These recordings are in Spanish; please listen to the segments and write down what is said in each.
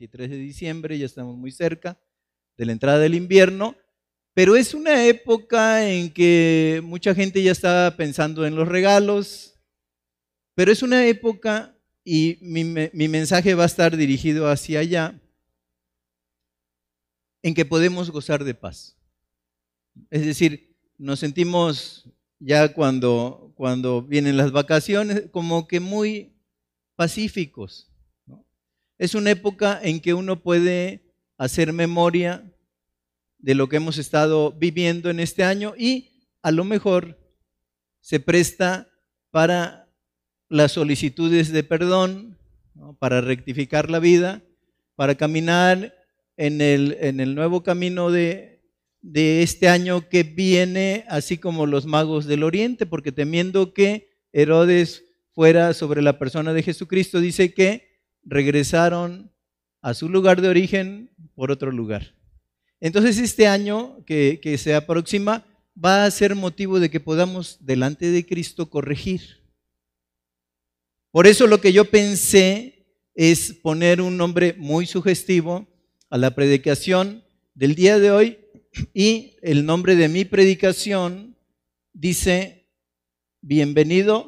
23 de diciembre, ya estamos muy cerca de la entrada del invierno, pero es una época en que mucha gente ya está pensando en los regalos, pero es una época, y mi mensaje va a estar dirigido hacia allá, en que podemos gozar de paz. Es decir, nos sentimos ya cuando vienen las vacaciones como que muy pacíficos, ¿no? Es una época en que uno puede hacer memoria de lo que hemos estado viviendo en este año y a lo mejor se presta para las solicitudes de perdón, ¿no? Para rectificar la vida, para caminar en el nuevo camino de este año que viene, así como los magos del oriente, porque temiendo que Herodes fuera sobre la persona de Jesucristo, dice que regresaron a su lugar de origen por otro lugar. Entonces este año que se aproxima va a ser motivo de que podamos delante de Cristo corregir. Por eso lo que yo pensé es poner un nombre muy sugestivo a la predicación del día de hoy, y el nombre de mi predicación dice: bienvenido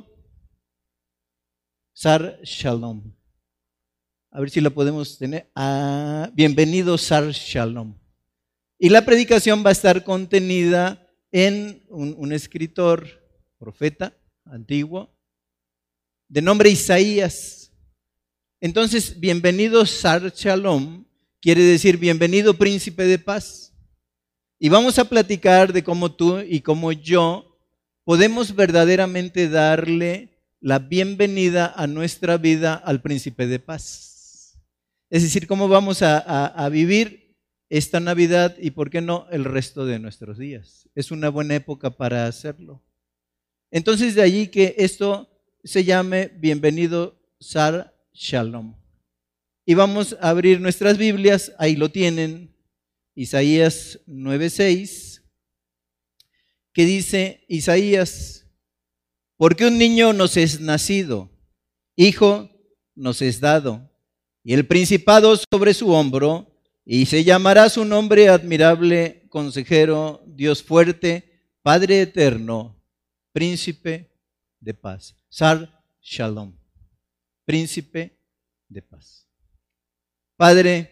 Sar Shalom. A ver si lo podemos tener. Bienvenido Sar Shalom. Y la predicación va a estar contenida en un escritor, profeta antiguo, de nombre Isaías. Entonces, bienvenido Sar Shalom quiere decir bienvenido príncipe de paz. Y vamos a platicar de cómo tú y cómo yo podemos verdaderamente darle la bienvenida a nuestra vida al príncipe de paz. Es decir, cómo vamos a vivir esta Navidad y, por qué no, el resto de nuestros días. Es una buena época para hacerlo. Entonces, de allí que esto se llame bienvenido Sar Shalom. Y vamos a abrir nuestras Biblias, ahí lo tienen, Isaías 9:6, que dice Isaías: porque un niño nos es nacido, hijo nos es dado, y el principado sobre su hombro, y se llamará su nombre admirable, consejero, Dios fuerte, Padre eterno, príncipe de paz. Sar Shalom, príncipe de paz. Padre,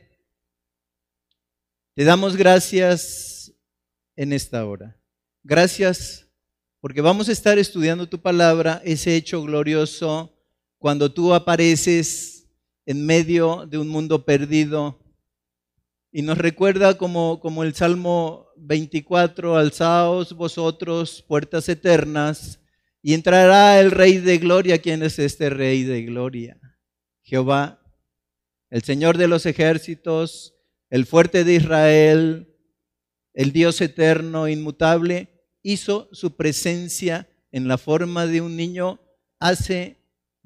te damos gracias en esta hora. Gracias porque vamos a estar estudiando tu palabra, ese hecho glorioso cuando tú apareces en medio de un mundo perdido. Y nos recuerda como el Salmo 24, alzaos vosotros puertas eternas y entrará el Rey de Gloria. ¿Quién es este Rey de Gloria? Jehová, el Señor de los ejércitos, el fuerte de Israel, el Dios eterno, inmutable, hizo su presencia en la forma de un niño hace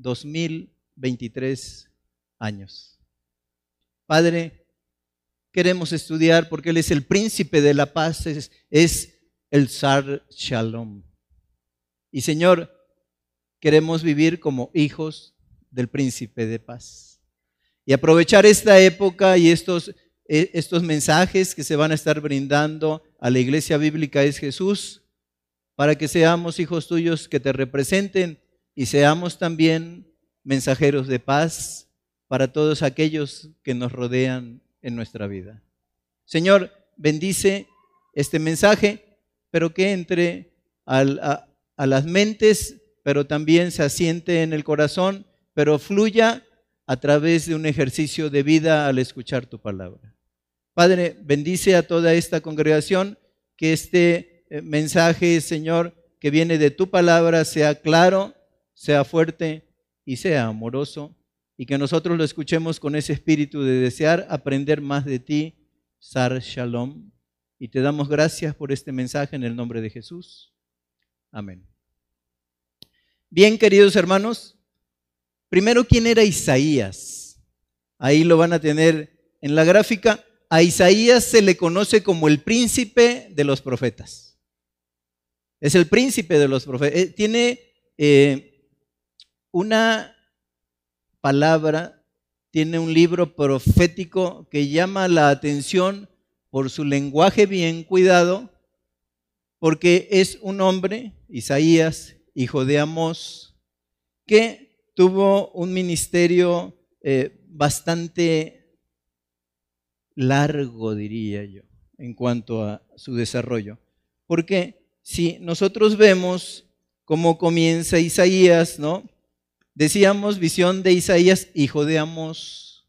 2023 años. Padre, queremos estudiar porque Él es el príncipe de la paz, es el Sar Shalom. Y Señor, queremos vivir como hijos del príncipe de paz. Y aprovechar esta época y estos mensajes que se van a estar brindando a la iglesia bíblica es Jesús, para que seamos hijos tuyos que te representen y seamos también mensajeros de paz para todos aquellos que nos rodean en nuestra vida. Señor, bendice este mensaje, pero que entre a las mentes, pero también se asiente en el corazón, pero fluya a través de un ejercicio de vida al escuchar tu palabra. Padre, bendice a toda esta congregación, que este mensaje, Señor, que viene de tu palabra sea claro, sea fuerte y sea amoroso, y que nosotros lo escuchemos con ese espíritu de desear aprender más de ti, Sar Shalom. Y te damos gracias por este mensaje en el nombre de Jesús. Amén. Bien, queridos hermanos, primero, ¿quién era Isaías? Ahí lo van a tener en la gráfica. A Isaías se le conoce como el príncipe de los profetas. Es el príncipe de los profetas. Tiene una palabra tiene un libro profético que llama la atención por su lenguaje bien cuidado, porque es un hombre, Isaías, hijo de Amós, que tuvo un ministerio bastante largo, diría yo, en cuanto a su desarrollo. Porque si nosotros vemos cómo comienza Isaías, ¿no? Decíamos visión de Isaías, hijo de Amós,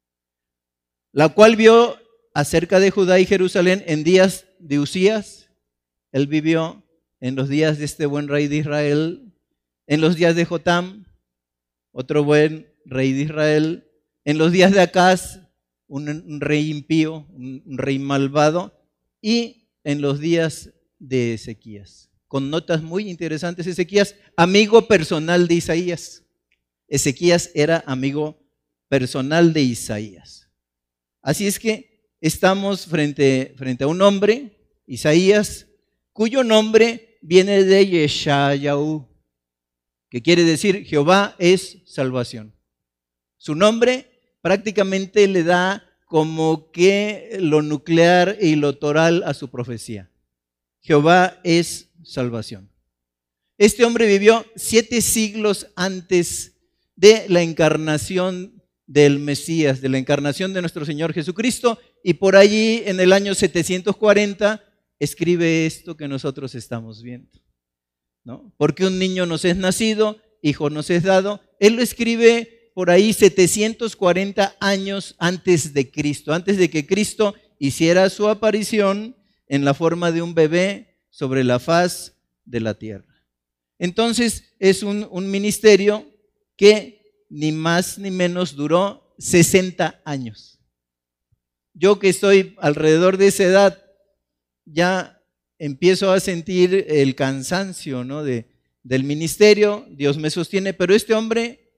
la cual vio acerca de Judá y Jerusalén en días de Usías. Él vivió en los días de este buen rey de Israel, en los días de Jotam, otro buen rey de Israel, en los días de Acaz, un rey impío, un rey malvado, y en los días de Ezequías, con notas muy interesantes. Ezequías, amigo personal de Isaías. Ezequías era amigo personal de Isaías. Así es que estamos frente a un hombre, Isaías, cuyo nombre viene de Yeshayahu, que quiere decir Jehová es salvación. Su nombre prácticamente le da como que lo nuclear y lo toral a su profecía. Jehová es salvación. Este hombre vivió 7 siglos antes de la encarnación del Mesías, de la encarnación de nuestro Señor Jesucristo, y por allí en el año 740 escribe esto que nosotros estamos viendo, ¿no? Porque un niño nos es nacido, hijo nos es dado. Él lo escribe por ahí 740 años antes de Cristo, antes de que Cristo hiciera su aparición en la forma de un bebé sobre la faz de la tierra. Entonces es un ministerio que ni más ni menos duró 60 años. Yo que estoy alrededor de esa edad, ya empiezo a sentir el cansancio, ¿no? del ministerio. Dios me sostiene, pero este hombre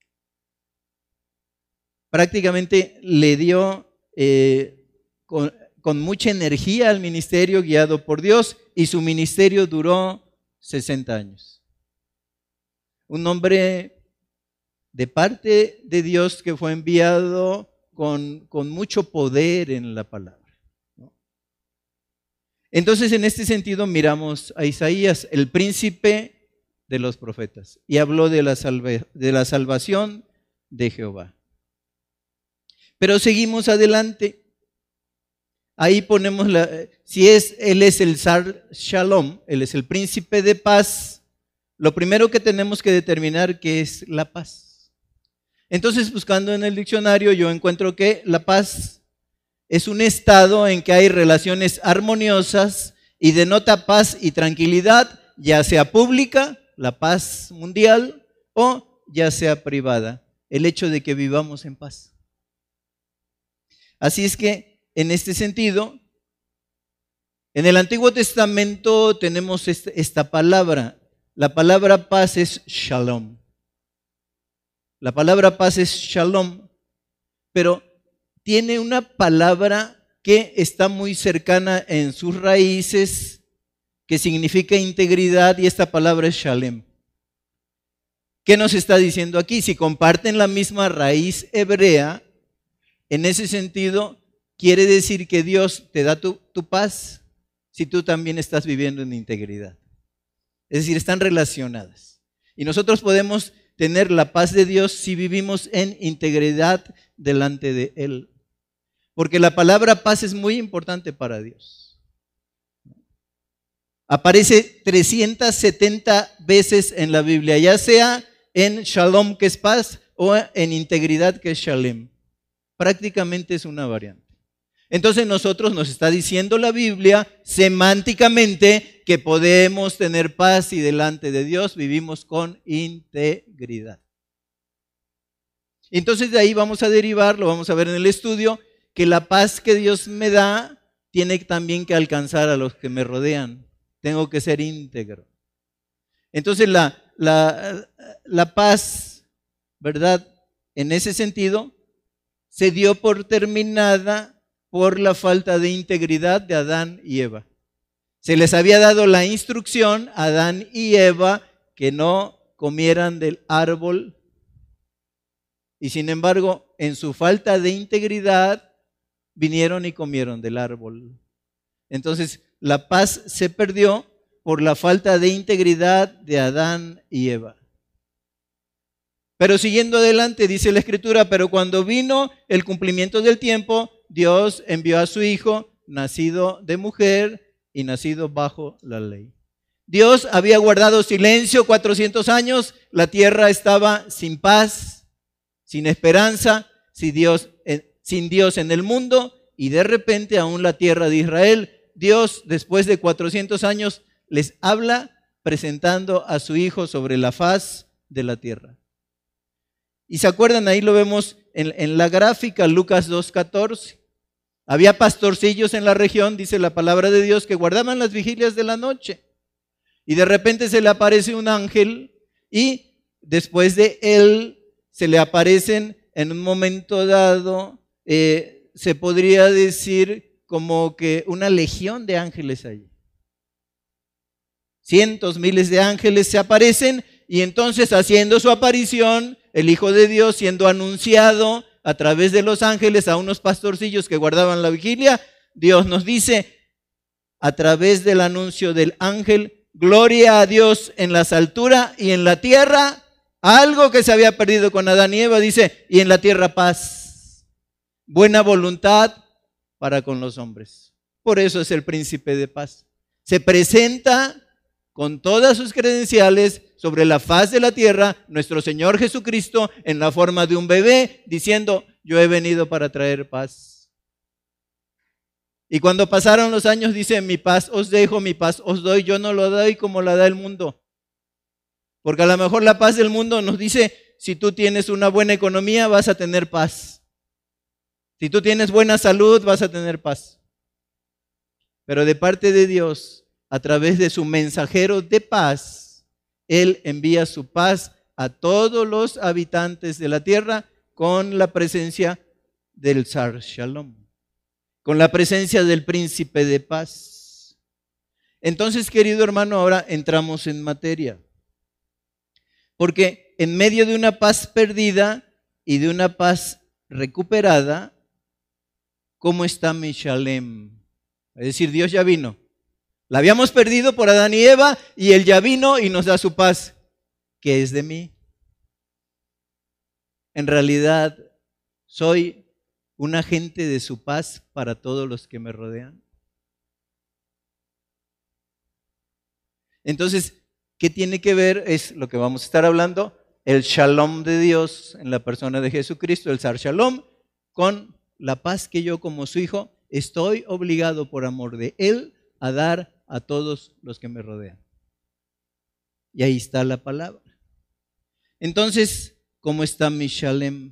prácticamente le dio con mucha energía al ministerio, guiado por Dios, y su ministerio duró 60 años. Un hombre de parte de Dios que fue enviado con mucho poder en la palabra, ¿no? Entonces, en este sentido, miramos a Isaías, el príncipe de los profetas, y habló de la salvación de Jehová. Pero seguimos adelante. Ahí ponemos él es el Sar Shalom, él es el príncipe de paz. Lo primero que tenemos que determinar qué es la paz. Entonces, buscando en el diccionario, yo encuentro que la paz es un estado en que hay relaciones armoniosas y denota paz y tranquilidad, ya sea pública, la paz mundial, o ya sea privada, el hecho de que vivamos en paz. Así es que, en este sentido, en el Antiguo Testamento tenemos esta palabra. La palabra paz es shalom. La palabra paz es shalom, pero tiene una palabra que está muy cercana en sus raíces, que significa integridad, y esta palabra es shalem. ¿Qué nos está diciendo aquí? Si comparten la misma raíz hebrea, en ese sentido, quiere decir que Dios te da tu paz si tú también estás viviendo en integridad. Es decir, están relacionadas. Y nosotros podemos tener la paz de Dios si vivimos en integridad delante de Él. Porque la palabra paz es muy importante para Dios. Aparece 370 veces en la Biblia, ya sea en shalom, que es paz, o en integridad, que es shalem. Prácticamente es una variante. Entonces nosotros nos está diciendo la Biblia semánticamente que podemos tener paz y delante de Dios vivimos con integridad. Entonces de ahí vamos a derivar, lo vamos a ver en el estudio, que la paz que Dios me da tiene también que alcanzar a los que me rodean. Tengo que ser íntegro. Entonces la paz, ¿verdad? En ese sentido, se dio por terminada por la falta de integridad de Adán y Eva. Se les había dado la instrucción a Adán y Eva que no comieran del árbol Y sin embargo, en su falta de integridad, vinieron y comieron del árbol. Entonces, la paz se perdió por la falta de integridad de Adán y Eva. Pero siguiendo adelante, dice la Escritura, pero cuando vino el cumplimiento del tiempo, Dios envió a su Hijo, nacido de mujer y nacido bajo la ley. Dios había guardado silencio 400 años, la tierra estaba sin paz, sin esperanza, sin Dios en el mundo, y de repente aún la tierra de Israel, Dios después de 400 años les habla presentando a su Hijo sobre la faz de la tierra. Y se acuerdan, ahí lo vemos en la gráfica, Lucas 2:14. Había pastorcillos en la región, dice la palabra de Dios, que guardaban las vigilias de la noche. Y de repente se le aparece un ángel y después de él se le aparecen en un momento dado, se podría decir como que una legión de ángeles allí. Cientos, miles de ángeles se aparecen y entonces haciendo su aparición, el Hijo de Dios siendo anunciado a través de los ángeles a unos pastorcillos que guardaban la vigilia, Dios nos dice a través del anuncio del ángel, gloria a Dios en las alturas y en la tierra, algo que se había perdido con Adán y Eva, dice, y en la tierra paz, buena voluntad para con los hombres. Por eso es el príncipe de paz. Se presenta con todas sus credenciales sobre la faz de la tierra, nuestro Señor Jesucristo en la forma de un bebé, diciendo, yo he venido para traer paz. Y cuando pasaron los años, dice, mi paz os dejo, mi paz os doy, yo no lo doy como la da el mundo. Porque a lo mejor la paz del mundo nos dice, si tú tienes una buena economía, vas a tener paz. Si tú tienes buena salud, vas a tener paz. Pero de parte de Dios, a través de su mensajero de paz, Él envía su paz a todos los habitantes de la tierra con la presencia del Sar Shalom, con la presencia del príncipe de paz. Entonces, querido hermano, ahora entramos en materia. Porque en medio de una paz perdida y de una paz recuperada, ¿cómo está mi Shalem? Es decir, Dios ya vino. La habíamos perdido por Adán y Eva y Él ya vino y nos da su paz. ¿Qué es de mí? En realidad, soy un agente de su paz para todos los que me rodean. Entonces, ¿qué tiene que ver? Es lo que vamos a estar hablando, el Shalom de Dios en la persona de Jesucristo, el Sar Shalom, con la paz que yo como su hijo estoy obligado por amor de Él a dar a todos los que me rodean. Y ahí está la palabra. Entonces, ¿cómo está mi Shalem?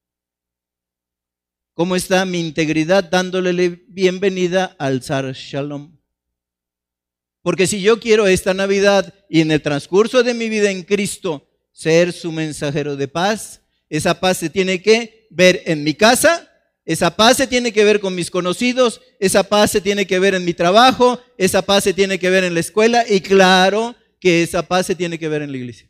¿Cómo está mi integridad dándole bienvenida al Sar Shalom? Porque si yo quiero esta Navidad y en el transcurso de mi vida en Cristo ser su mensajero de paz, esa paz se tiene que ver en mi casa, esa paz se tiene que ver con mis conocidos, esa paz se tiene que ver en mi trabajo, esa paz se tiene que ver en la escuela y claro que esa paz se tiene que ver en la iglesia.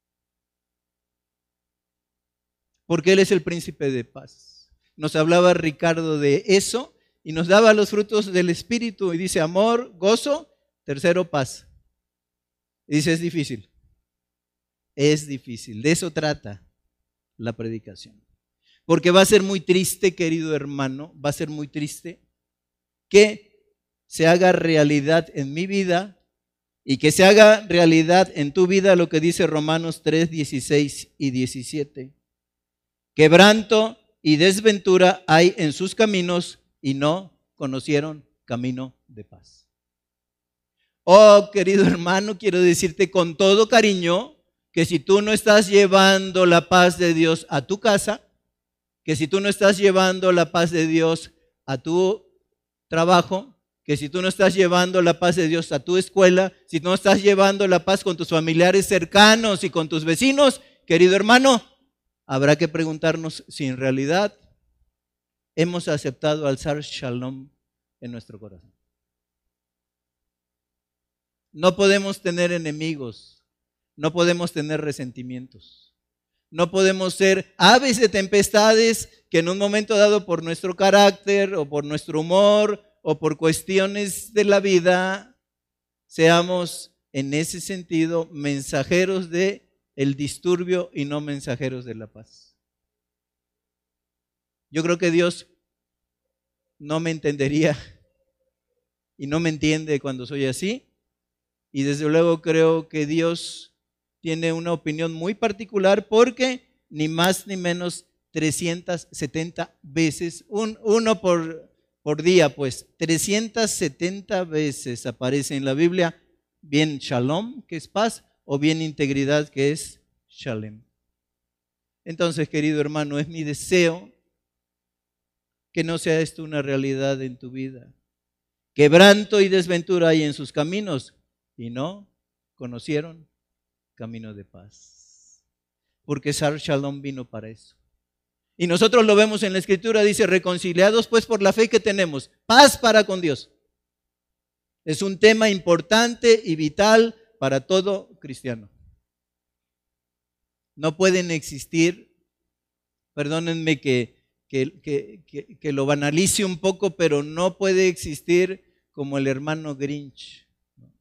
Porque Él es el príncipe de paz. Nos hablaba Ricardo de eso y nos daba los frutos del Espíritu y dice amor, gozo, tercero paz. Y dice es difícil. Es difícil. De eso trata la predicación. Porque va a ser muy triste, querido hermano, va a ser muy triste que se haga realidad en mi vida y que se haga realidad en tu vida lo que dice Romanos 3, 16 y 17. Quebranto y desventura hay en sus caminos y no conocieron camino de paz. Oh, querido hermano, quiero decirte con todo cariño que si tú no estás llevando la paz de Dios a tu casa, que si tú no estás llevando la paz de Dios a tu trabajo, que si tú no estás llevando la paz de Dios a tu escuela, si no estás llevando la paz con tus familiares cercanos y con tus vecinos, querido hermano, habrá que preguntarnos si en realidad hemos aceptado al Sar Shalom en nuestro corazón. No podemos tener enemigos, no podemos tener resentimientos. No podemos ser aves de tempestades que en un momento dado por nuestro carácter o por nuestro humor o por cuestiones de la vida seamos en ese sentido mensajeros de el disturbio y no mensajeros de la paz. Yo creo que Dios no me entendería y no me entiende cuando soy así. Y desde luego creo que Dios tiene una opinión muy particular porque ni más ni menos 370 veces, uno por día, pues 370 veces aparece en la Biblia bien shalom, que es paz, o bien integridad, que es shalem. Entonces, querido hermano, es mi deseo que no sea esto una realidad en tu vida. Quebranto y desventura hay en sus caminos y no conocieron camino de paz. Porque Sar Shalom vino para eso. Y nosotros lo vemos en la Escritura, dice, reconciliados pues por la fe que tenemos, paz para con Dios. Es un tema importante y vital para todo cristiano. No pueden existir, perdónenme que lo banalice un poco, pero no puede existir como el hermano Grinch,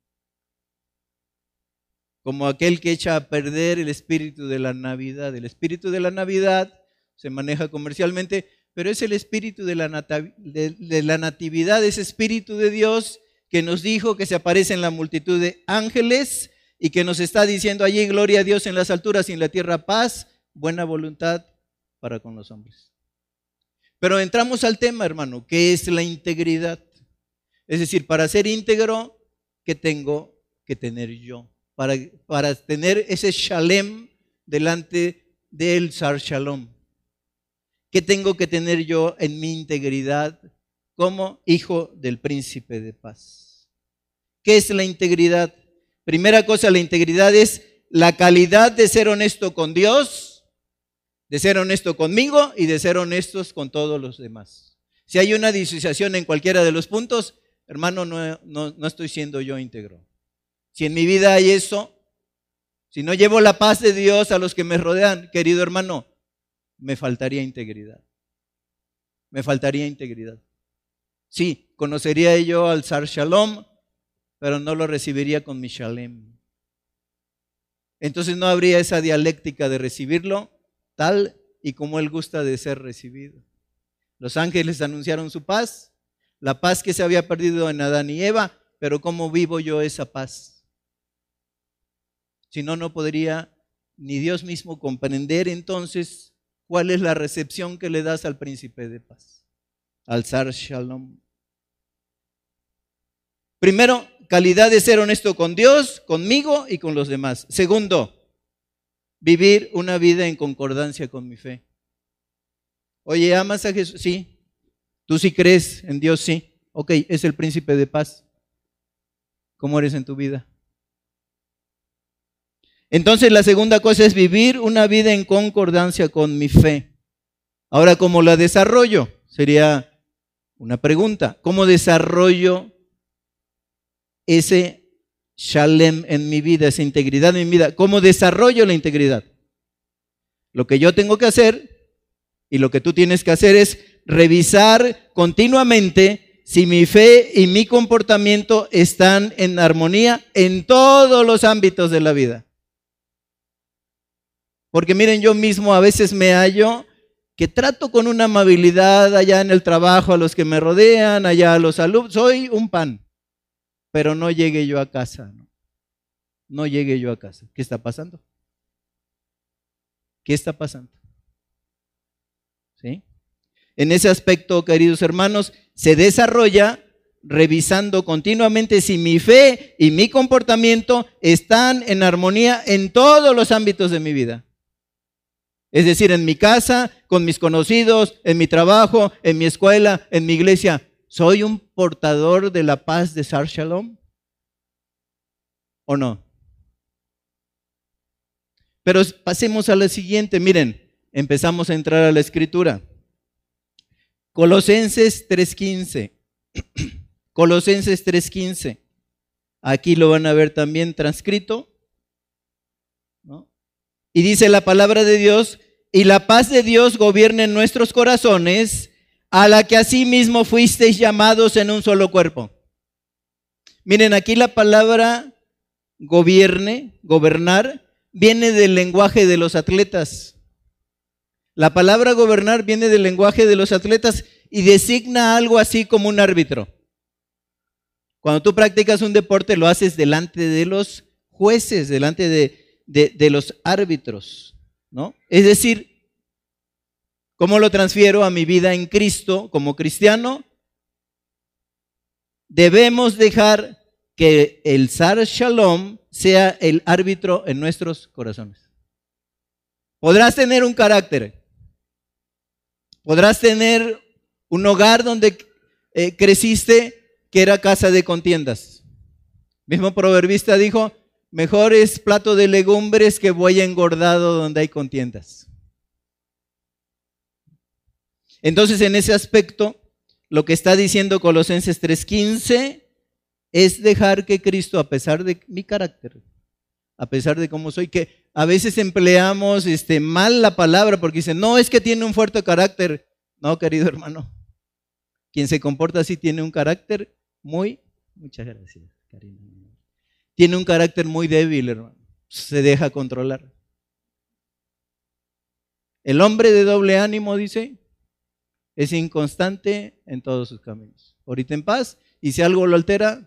como aquel que echa a perder el espíritu de la Navidad. El espíritu de la Navidad se maneja comercialmente, pero es el espíritu de la natividad, ese espíritu de Dios que nos dijo que se aparece en la multitud de ángeles y que nos está diciendo allí gloria a Dios en las alturas y en la tierra paz, buena voluntad para con los hombres. Pero entramos al tema, hermano, que es la integridad. Es decir, para ser íntegro, ¿qué tengo que tener yo? Para tener ese shalem delante del Sar Shalom. ¿Qué tengo que tener yo en mi integridad como hijo del príncipe de paz? ¿Qué es la integridad? Primera cosa, la integridad es la calidad de ser honesto con Dios, de ser honesto conmigo y de ser honestos con todos los demás. Si hay una disociación en cualquiera de los puntos, hermano, no estoy siendo yo íntegro. Si en mi vida hay eso, si no llevo la paz de Dios a los que me rodean, querido hermano, me faltaría integridad. Me faltaría integridad. Sí, conocería yo al Sar Shalom, pero no lo recibiría con mi Shalem. Entonces no habría esa dialéctica de recibirlo tal y como Él gusta de ser recibido. Los ángeles anunciaron su paz, la paz que se había perdido en Adán y Eva, pero ¿cómo vivo yo esa paz? Si no, no podría ni Dios mismo comprender entonces cuál es la recepción que le das al príncipe de paz, al Sar Shalom. Primero, calidad de ser honesto con Dios, conmigo y con los demás. Segundo, vivir una vida en concordancia con mi fe. Oye, ¿amas a Jesús? Sí. ¿Tú sí crees en Dios? Sí. Ok, es el príncipe de paz. ¿Cómo eres en tu vida? Entonces la segunda cosa es vivir una vida en concordancia con mi fe. Ahora, ¿cómo la desarrollo? Sería una pregunta. ¿Cómo desarrollo ese shalem en mi vida, esa integridad en mi vida? ¿Cómo desarrollo la integridad? Lo que yo tengo que hacer y lo que tú tienes que hacer es revisar continuamente si mi fe y mi comportamiento están en armonía en todos los ámbitos de la vida. Porque miren, yo mismo a veces me hallo que trato con una amabilidad allá en el trabajo a los que me rodean, allá a los alumnos. Soy un pan, pero no llegué yo a casa. No llegué yo a casa. ¿Qué está pasando? ¿Qué está pasando? ¿Sí? En ese aspecto, queridos hermanos, se desarrolla revisando continuamente si mi fe y mi comportamiento están en armonía en todos los ámbitos de mi vida. Es decir, en mi casa, con mis conocidos, en mi trabajo, en mi escuela, en mi iglesia. ¿Soy un portador de la paz de Sar Shalom? ¿O no? Pero pasemos a la siguiente. Miren, empezamos a entrar a la Escritura. Colosenses 3:15. Colosenses 3:15. Aquí lo van a ver también transcrito, ¿no? Y dice la palabra de Dios, y la paz de Dios gobierne en nuestros corazones, a la que asimismo fuisteis llamados en un solo cuerpo. Miren, aquí la palabra gobernar, viene del lenguaje de los atletas. La palabra gobernar viene del lenguaje de los atletas y designa algo así como un árbitro. Cuando tú practicas un deporte, lo haces delante de los jueces, delante de los árbitros, ¿no? Es decir, ¿cómo lo transfiero a mi vida en Cristo como cristiano? Debemos dejar que el Sar Shalom sea el árbitro en nuestros corazones. Podrás tener un carácter, podrás tener un hogar donde creciste que era casa de contiendas. Mismo proverbista dijo, mejor es plato de legumbres que buey engordado donde hay contiendas. Entonces, en ese aspecto, lo que está diciendo Colosenses 3:15 es dejar que Cristo, a pesar de mi carácter, a pesar de cómo soy, que a veces empleamos mal la palabra porque dicen, no, es que tiene un fuerte carácter. No, querido hermano, quien se comporta así tiene un carácter muchas gracias, Karina. Tiene un carácter muy débil, hermano. Se deja controlar. El hombre de doble ánimo, dice, es inconstante en todos sus caminos. Ahorita en paz, y si algo lo altera,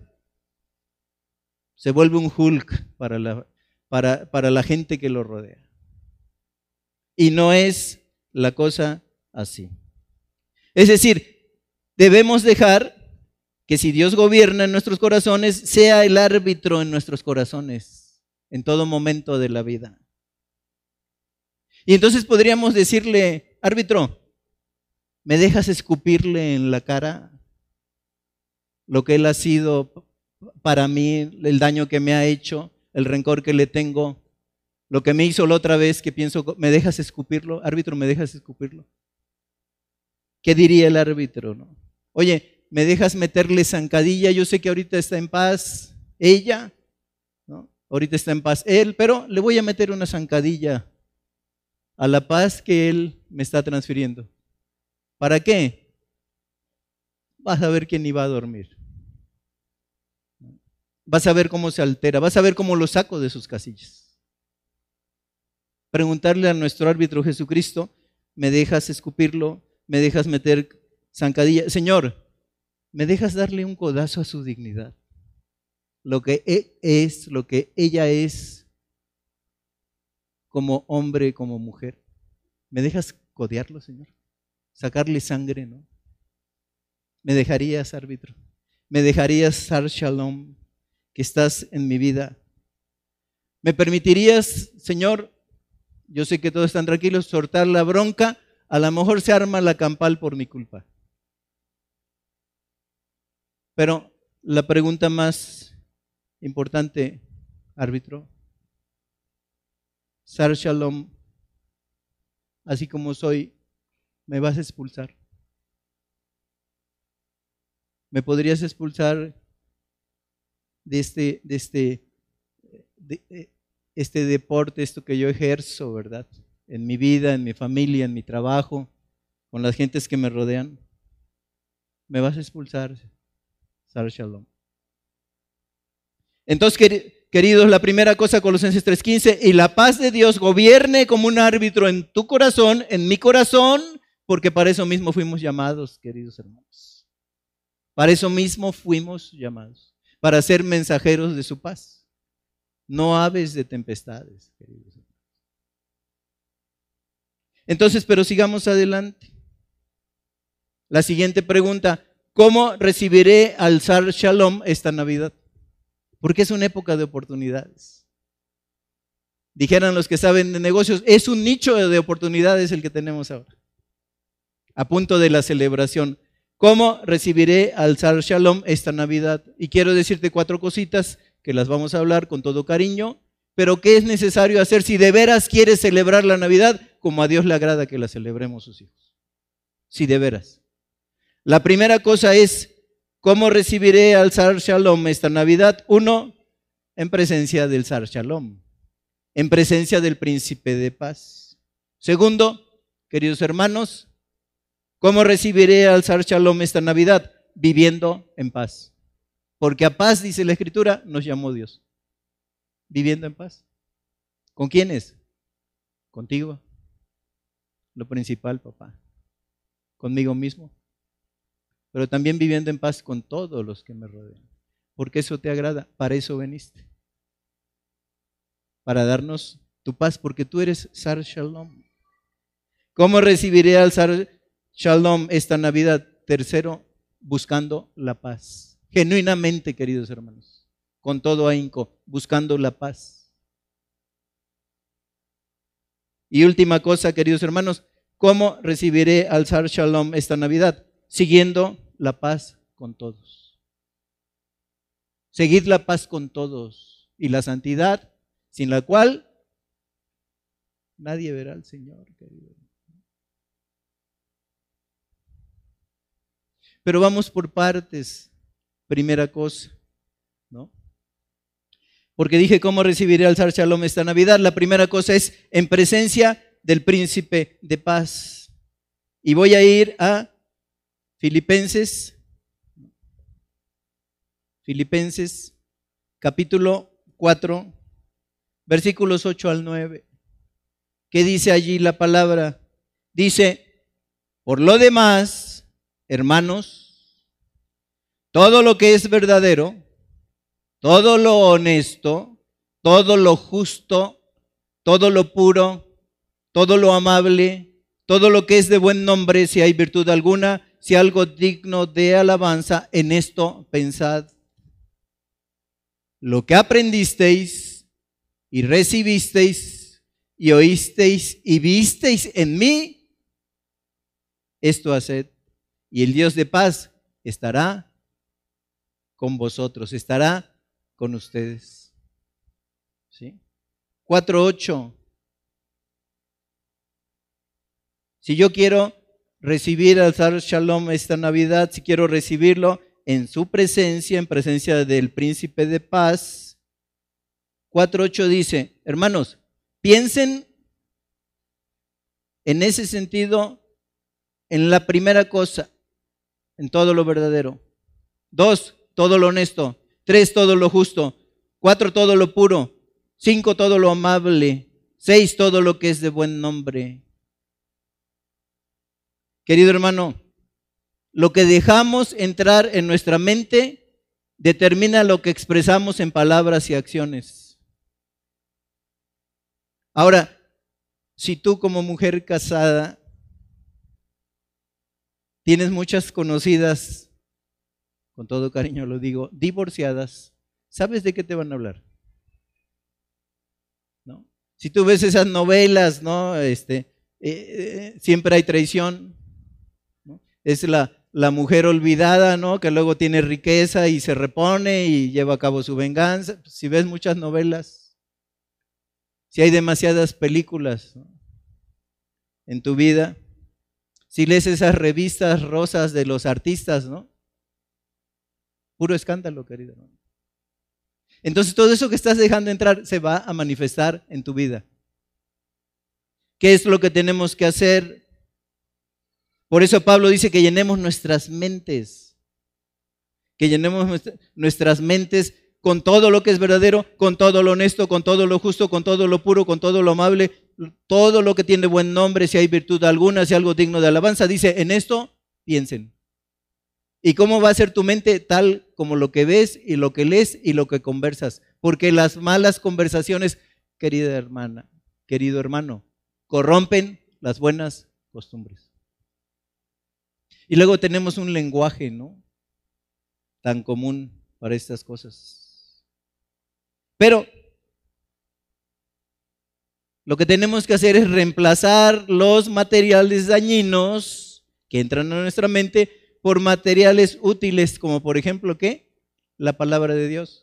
se vuelve un Hulk para la gente que lo rodea. Y no es la cosa así. Es decir, debemos dejar que si Dios gobierna en nuestros corazones, sea el árbitro en nuestros corazones, en todo momento de la vida. Y entonces podríamos decirle, árbitro, ¿me dejas escupirle en la cara lo que él ha sido para mí, el daño que me ha hecho, el rencor que le tengo, lo que me hizo la otra vez que pienso, ¿me dejas escupirlo? Árbitro, ¿me dejas escupirlo? ¿Qué diría el árbitro, no? Oye, ¿me dejas meterle zancadilla? Yo sé que ahorita está en paz ella, ¿no? Ahorita está en paz él, pero le voy a meter una zancadilla a la paz que él me está transfiriendo. ¿Para qué? Vas a ver que ni va a dormir. Vas a ver cómo se altera, vas a ver cómo lo saco de sus casillas. Preguntarle a nuestro árbitro Jesucristo, ¿me dejas escupirlo? ¿Me dejas meter zancadilla? Señor, ¿me dejas darle un codazo a su dignidad? Lo que es, lo que ella es como hombre, como mujer. ¿Me dejas codearlo, Señor? Sacarle sangre, ¿no? ¿Me dejarías, árbitro? ¿Me dejarías, Sar Shalom, que estás en mi vida? ¿Me permitirías, Señor, yo sé que todos están tranquilos, soltar la bronca? A lo mejor se arma la campal por mi culpa. Pero la pregunta más importante, árbitro, Sar Shalom, así como soy, ¿me vas a expulsar? ¿Me podrías expulsar de este deporte, esto que yo ejerzo, verdad? En mi vida, en mi familia, en mi trabajo, con las gentes que me rodean. ¿Me vas a expulsar, Sar Shalom? Entonces, queridos, la primera cosa, Colosenses 3:15, y la paz de Dios gobierne como un árbitro en tu corazón, en mi corazón, porque para eso mismo fuimos llamados, queridos hermanos. Para eso mismo fuimos llamados, para ser mensajeros de su paz, no aves de tempestades, queridos hermanos. Entonces, pero sigamos adelante. La siguiente pregunta, ¿cómo recibiré al Sar Shalom esta Navidad? Porque es una época de oportunidades. Dijeran los que saben de negocios, es un nicho de oportunidades el que tenemos ahora. A punto de la celebración. ¿Cómo recibiré al Sar Shalom esta Navidad? Y quiero decirte 4 cositas que las vamos a hablar con todo cariño, pero ¿qué es necesario hacer si de veras quieres celebrar la Navidad como a Dios le agrada que la celebremos sus hijos? Si de veras. La primera cosa es, ¿cómo recibiré al Sar Shalom esta Navidad? 1, en presencia del Sar Shalom. en presencia del príncipe de paz. Segundo, queridos hermanos, ¿cómo recibiré al Sar Shalom esta Navidad? Viviendo en paz. Porque a paz, dice la Escritura, nos llamó Dios. Viviendo en paz. ¿Con quiénes? Contigo. Lo principal, papá. Conmigo mismo. Pero también viviendo en paz con todos los que me rodean. Porque eso te agrada. Para eso veniste. Para darnos tu paz. Porque tú eres Sar Shalom. ¿Cómo recibiré al Sar Shalom esta Navidad? Tercero, buscando la paz. Genuinamente, queridos hermanos. Con todo ahínco. Buscando la paz. Y última cosa, queridos hermanos. ¿Cómo recibiré al Sar Shalom esta Navidad? Siguiendo la paz con todos. Seguid la paz con todos y la santidad, sin la cual nadie verá al Señor, querido. Pero vamos por partes. Primera cosa, ¿no? Porque dije, ¿cómo recibiré al Sar Shalom esta Navidad? La primera cosa es en presencia del príncipe de paz. Y voy a ir a Filipenses capítulo 4, versículos 8 al 9. ¿Qué dice allí la palabra? Dice, por lo demás, hermanos, todo lo que es verdadero, todo lo honesto, todo lo justo, todo lo puro, todo lo amable, todo lo que es de buen nombre, si hay virtud alguna, si algo digno de alabanza, en esto pensad. Lo que aprendisteis y recibisteis y oísteis y visteis en mí, esto haced, y el Dios de paz estará con vosotros, estará con ustedes. ¿Sí? 4:8. Si yo quiero recibir al Sar Shalom esta Navidad, si quiero recibirlo en su presencia, en presencia del príncipe de paz, 4:8 dice, hermanos, piensen en ese sentido, en la primera cosa, en todo lo verdadero. 2, todo lo honesto. 3, todo lo justo. 4, todo lo puro. 5, todo lo amable. 6, todo lo que es de buen nombre. Querido hermano, lo que dejamos entrar en nuestra mente determina lo que expresamos en palabras y acciones. Ahora, si tú como mujer casada tienes muchas conocidas, con todo cariño lo digo, divorciadas, ¿sabes de qué te van a hablar? ¿No? Si tú ves esas novelas, ¿no? Siempre hay traición, ¿no? Es la mujer olvidada, ¿no? Que luego tiene riqueza y se repone y lleva a cabo su venganza. Si ves muchas novelas, si hay demasiadas películas, ¿no? En tu vida, si lees esas revistas rosas de los artistas, ¿no? Puro escándalo, querido. Entonces todo eso que estás dejando entrar se va a manifestar en tu vida. ¿Qué es lo que tenemos que hacer? Por eso Pablo dice que llenemos nuestras mentes. Que llenemos nuestras mentes con todo lo que es verdadero, con todo lo honesto, con todo lo justo, con todo lo puro, con todo lo amable, todo lo que tiene buen nombre, si hay virtud alguna, si algo digno de alabanza. Dice, en esto piensen. ¿Y cómo va a ser tu mente? Tal como lo que ves y lo que lees y lo que conversas. Porque las malas conversaciones, querida hermana, querido hermano, corrompen las buenas costumbres. Y luego tenemos un lenguaje, ¿no? Tan común para estas cosas. Pero lo que tenemos que hacer es reemplazar los materiales dañinos que entran a nuestra mente por materiales útiles, como por ejemplo, ¿qué? La palabra de Dios.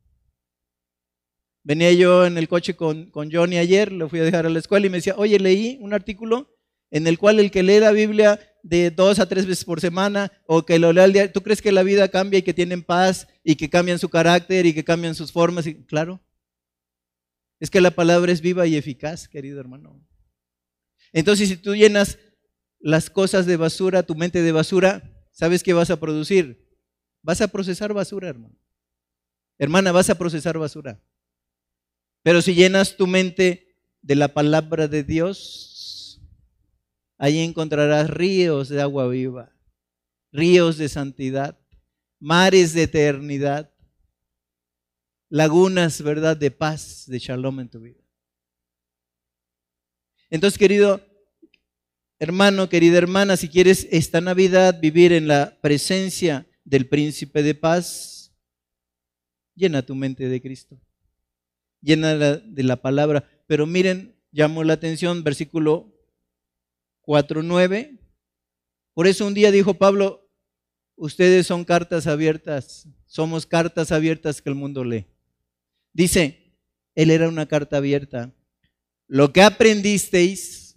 Venía yo en el coche con Johnny ayer, lo fui a dejar a la escuela y me decía, oye, leí un artículo en el cual el que lee la Biblia de 2 a 3 veces por semana, o que lo lea al día, ¿tú crees que la vida cambia y que tienen paz y que cambian su carácter y que cambian sus formas? Y, claro. Es que la palabra es viva y eficaz, querido hermano. Entonces, si tú llenas las cosas de basura, tu mente de basura, ¿sabes qué vas a producir? Vas a procesar basura, hermano. Hermana, vas a procesar basura. Pero si llenas tu mente de la palabra de Dios, ahí encontrarás ríos de agua viva, ríos de santidad, mares de eternidad, lagunas, ¿verdad?, de paz, de shalom en tu vida. Entonces, querido hermano, querida hermana, si quieres esta Navidad vivir en la presencia del Príncipe de Paz, llena tu mente de Cristo, llénala de la palabra. Pero miren, llamó la atención, versículo 4:9. Por eso un día dijo Pablo, ustedes son cartas abiertas, somos cartas abiertas que el mundo lee. Dice, él era una carta abierta. Lo que aprendisteis,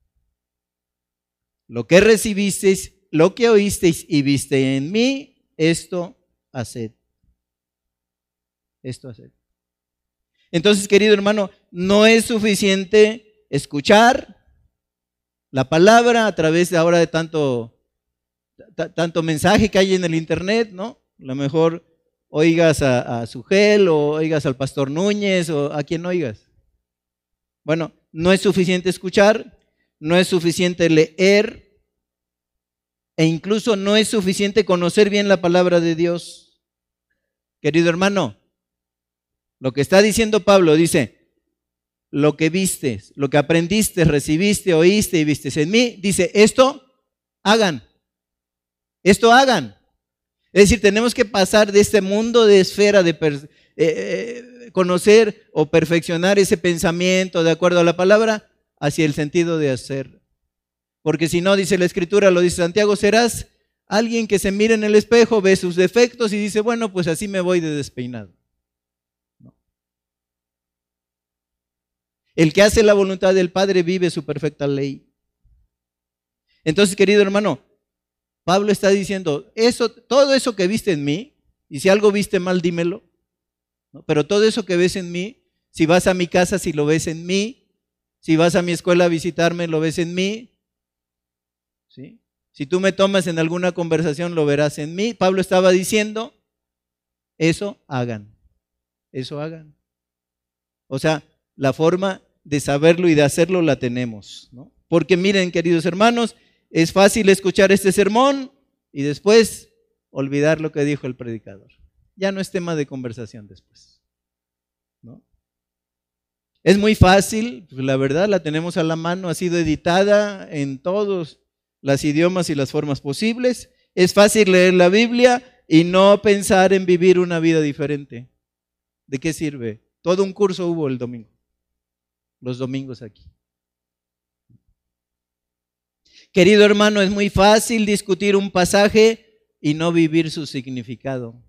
lo que recibisteis, lo que oísteis y viste en mí, esto haced. Esto haced. Entonces, querido hermano, no es suficiente escuchar la palabra a través de ahora de tanto mensaje que hay en el internet, ¿no? A lo mejor oigas a Sugel o oigas al pastor Núñez o a quien oigas. Bueno, no es suficiente escuchar, no es suficiente leer e incluso no es suficiente conocer bien la palabra de Dios. Querido hermano, lo que está diciendo Pablo dice, lo que vistes, lo que aprendiste, recibiste, oíste y vistes en mí, dice, esto hagan. Esto hagan. Es decir, tenemos que pasar de este mundo de esfera de conocer o perfeccionar ese pensamiento de acuerdo a la palabra hacia el sentido de hacer. Porque si no, dice la Escritura, lo dice Santiago, serás alguien que se mira en el espejo, ve sus defectos y dice, bueno, pues así me voy de despeinado. No. El que hace la voluntad del Padre vive su perfecta ley. Entonces, querido hermano, Pablo está diciendo, todo eso que viste en mí, y si algo viste mal, dímelo, ¿no? Pero todo eso que ves en mí, si vas a mi casa, si lo ves en mí, si vas a mi escuela a visitarme, lo ves en mí, ¿sí? Si tú me tomas en alguna conversación, lo verás en mí. Pablo estaba diciendo, eso hagan, eso hagan. O sea, la forma de saberlo y de hacerlo la tenemos, ¿no? Porque miren, queridos hermanos, es fácil escuchar este sermón y después olvidar lo que dijo el predicador. Ya no es tema de conversación después, ¿no? Es muy fácil, pues la verdad la tenemos a la mano, ha sido editada en todos los idiomas y las formas posibles. Es fácil leer la Biblia y no pensar en vivir una vida diferente. ¿De qué sirve? Todo un curso hubo el domingo, los domingos aquí. Querido hermano, es muy fácil discutir un pasaje y no vivir su significado.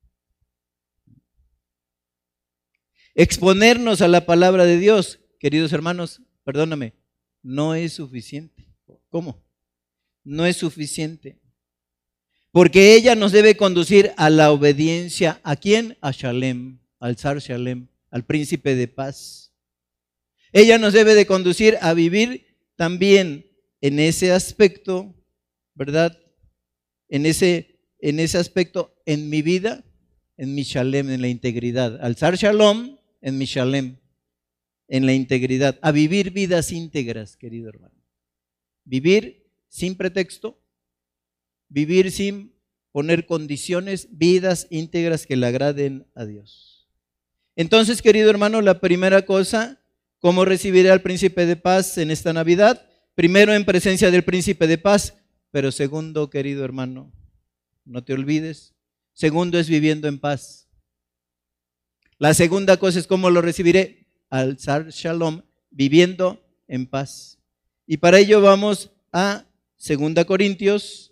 Exponernos a la palabra de Dios, queridos hermanos, perdóname, no es suficiente. ¿Cómo? No es suficiente. Porque ella nos debe conducir a la obediencia. ¿A quién? A Shalem, al Zar Shalem, al príncipe de paz. Ella nos debe de conducir a vivir también en ese aspecto, ¿verdad? En ese aspecto en mi vida, en mi Shalem, en la integridad. Alzar Shalom en mi Shalem, en la integridad. A vivir vidas íntegras, querido hermano. Vivir sin pretexto, vivir sin poner condiciones, vidas íntegras que le agraden a Dios. Entonces, querido hermano, la primera cosa, ¿cómo recibiré al príncipe de paz en esta Navidad? Primero, en presencia del príncipe de paz, pero segundo, querido hermano, no te olvides, segundo es viviendo en paz. La segunda cosa es cómo lo recibiré, al Zar Shalom, viviendo en paz. Y para ello vamos a 2 Corintios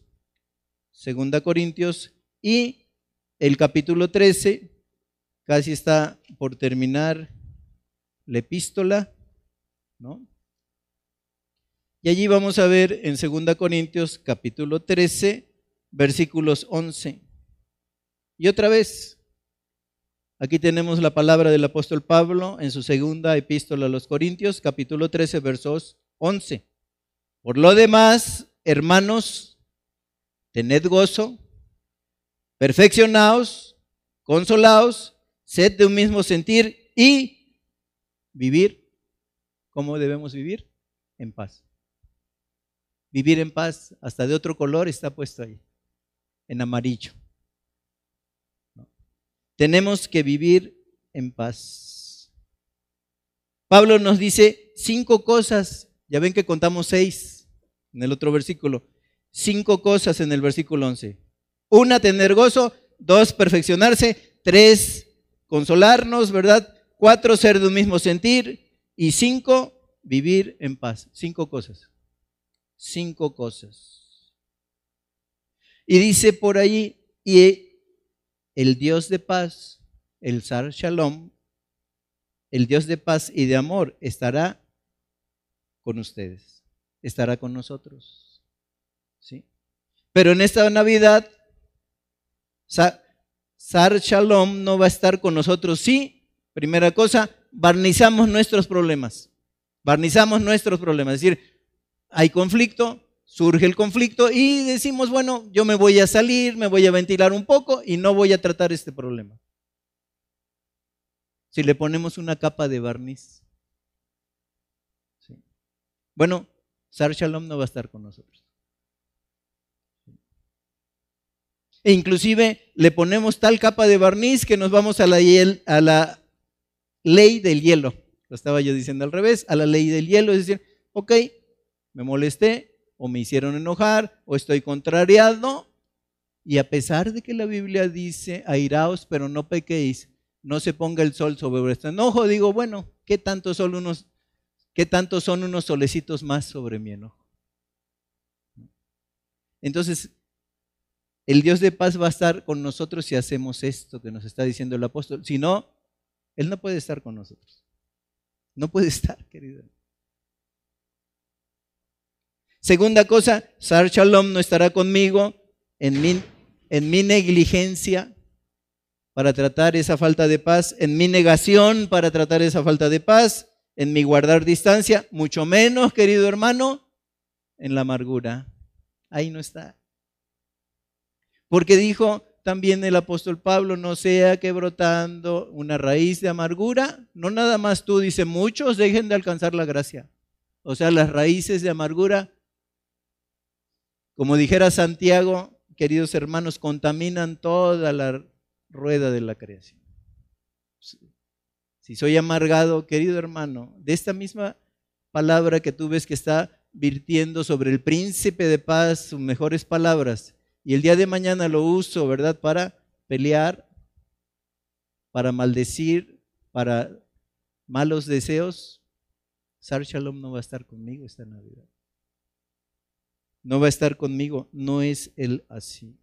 y el capítulo 13, casi está por terminar la epístola, ¿no? Y allí vamos a ver en 2 Corintios capítulo 13, versículos 11. Y otra vez, Aquí tenemos la palabra del apóstol Pablo en su segunda epístola a los Corintios, capítulo 13, versos 11. Por lo demás, hermanos, tened gozo, perfeccionaos, consolaos, sed de un mismo sentir y vivir. ¿Cómo debemos vivir? En paz. Vivir en paz, hasta de otro color está puesto ahí, en amarillo. Tenemos que vivir en paz. Pablo nos dice 5 cosas, ya ven que contamos 6 en el otro versículo, 5 cosas en el versículo 11. 1, tener gozo. 2, perfeccionarse. 3, consolarnos, ¿verdad? 4, ser de un mismo sentir. Y 5, vivir en paz. 5 cosas. 5 cosas. Y dice por ahí, y el Dios de paz, el Sar Shalom, el Dios de paz y de amor estará con ustedes, estará con nosotros. ¿Sí? Pero en esta Navidad, Sar Shalom no va a estar con nosotros. Sí, primera cosa, barnizamos nuestros problemas. Barnizamos nuestros problemas. Es decir, hay conflicto, surge el conflicto y decimos, bueno, yo me voy a salir, me voy a ventilar un poco y no voy a tratar este problema. Si le ponemos una capa de barniz. ¿Sí? Bueno, Sar Shalom no va a estar con nosotros. E inclusive le ponemos tal capa de barniz que nos vamos a la ley del hielo. Lo estaba yo diciendo al revés, a la ley del hielo, es decir, ok, me molesté o me hicieron enojar o estoy contrariado y a pesar de que la Biblia dice airaos pero no pequéis, no se ponga el sol sobre vuestro enojo, digo, bueno, ¿qué tanto son unos solecitos más sobre mi enojo? Entonces, el Dios de paz va a estar con nosotros si hacemos esto que nos está diciendo el apóstol. Si no, Él no puede estar con nosotros. No puede estar, querido. Segunda cosa, Sar Shalom no estará conmigo en mi negligencia para tratar esa falta de paz, en mi negación para tratar esa falta de paz, en mi guardar distancia, mucho menos, querido hermano, en la amargura. Ahí no está. Porque dijo también el apóstol Pablo, no sea que brotando una raíz de amargura, no nada más tú, dice, muchos dejen de alcanzar la gracia. O sea, las raíces de amargura, como dijera Santiago, queridos hermanos, contaminan toda la rueda de la creación. Si soy amargado, querido hermano, de esta misma palabra que tú ves que está virtiendo sobre el príncipe de paz, sus mejores palabras, y el día de mañana lo uso, ¿verdad? Para pelear, para maldecir, para malos deseos. Sar Shalom no va a estar conmigo esta Navidad. No va a estar conmigo, no es Él así.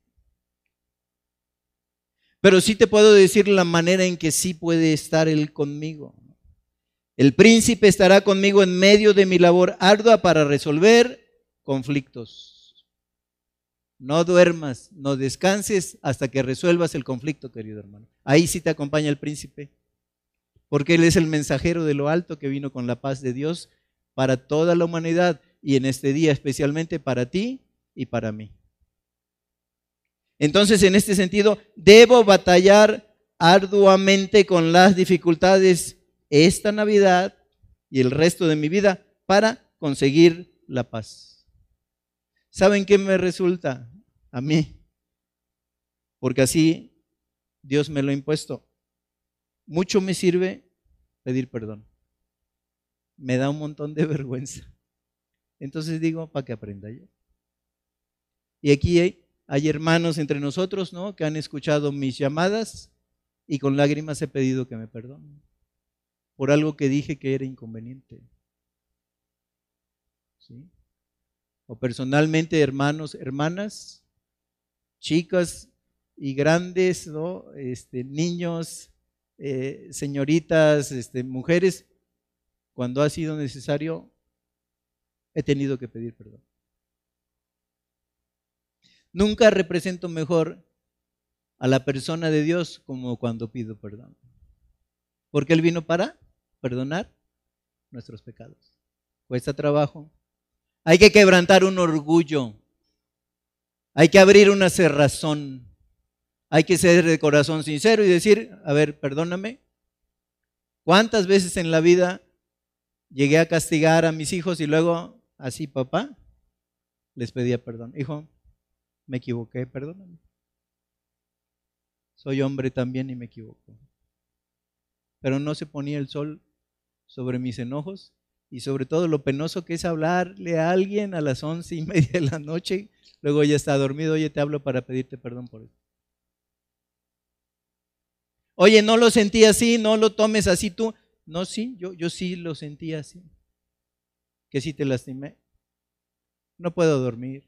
Pero sí te puedo decir la manera en que sí puede estar Él conmigo. El príncipe estará conmigo en medio de mi labor ardua para resolver conflictos. No duermas, no descanses hasta que resuelvas el conflicto, querido hermano. Ahí sí te acompaña el príncipe, porque Él es el mensajero de lo alto que vino con la paz de Dios para toda la humanidad y en este día especialmente para ti y para mí. Entonces, en este sentido, debo batallar arduamente con las dificultades esta Navidad y el resto de mi vida para conseguir la paz. ¿Saben qué me resulta a mí? Porque así Dios me lo ha impuesto. Mucho me sirve pedir perdón. Me da un montón de vergüenza. Entonces digo, para que aprenda yo. Y aquí hay hermanos entre nosotros, ¿no?, que han escuchado mis llamadas y con lágrimas he pedido que me perdonen por algo que dije que era inconveniente. ¿Sí? O personalmente, hermanos, hermanas, chicas y grandes, ¿no?, niños, señoritas, mujeres, cuando ha sido necesario, he tenido que pedir perdón. Nunca represento mejor a la persona de Dios como cuando pido perdón. Porque Él vino para perdonar nuestros pecados. Cuesta trabajo. Hay que quebrantar un orgullo. Hay que abrir una cerrazón. Hay que ser de corazón sincero y decir, a ver, perdóname. ¿Cuántas veces en la vida llegué a castigar a mis hijos y luego, así papá, les pedía perdón? Hijo, me equivoqué, perdóname. Soy hombre también y me equivoco. Pero no se ponía el sol sobre mis enojos y sobre todo lo penoso que es hablarle a alguien a las 11:30 de la noche, luego ya está dormido, oye, te hablo para pedirte perdón por eso. Oye, no lo sentí así, no lo tomes así tú. No, sí, yo sí lo sentí así. Que sí te lastimé. No puedo dormir.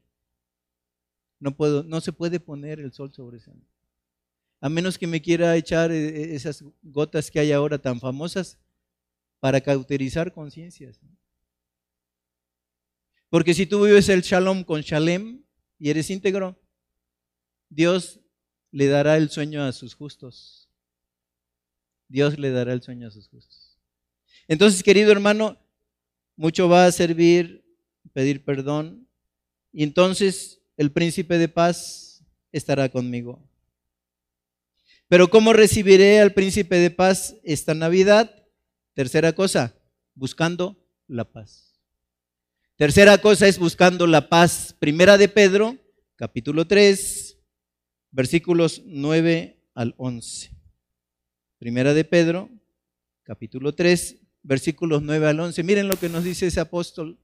No se puede poner el sol sobre esa. A menos que me quiera echar esas gotas que hay ahora tan famosas para cauterizar conciencias. Porque si tú vives el shalom con shalem y eres íntegro, Dios le dará el sueño a sus justos. Dios le dará el sueño a sus justos. Entonces, querido hermano, mucho va a servir pedir perdón y entonces el príncipe de paz estará conmigo. Pero ¿cómo recibiré al príncipe de paz esta Navidad? Tercera cosa, buscando la paz. Tercera cosa es buscando la paz. Primera de Pedro, capítulo 3, versículos 9 al 11. Primera de Pedro, capítulo 3, versículos 9 al 11. Miren lo que nos dice ese apóstol.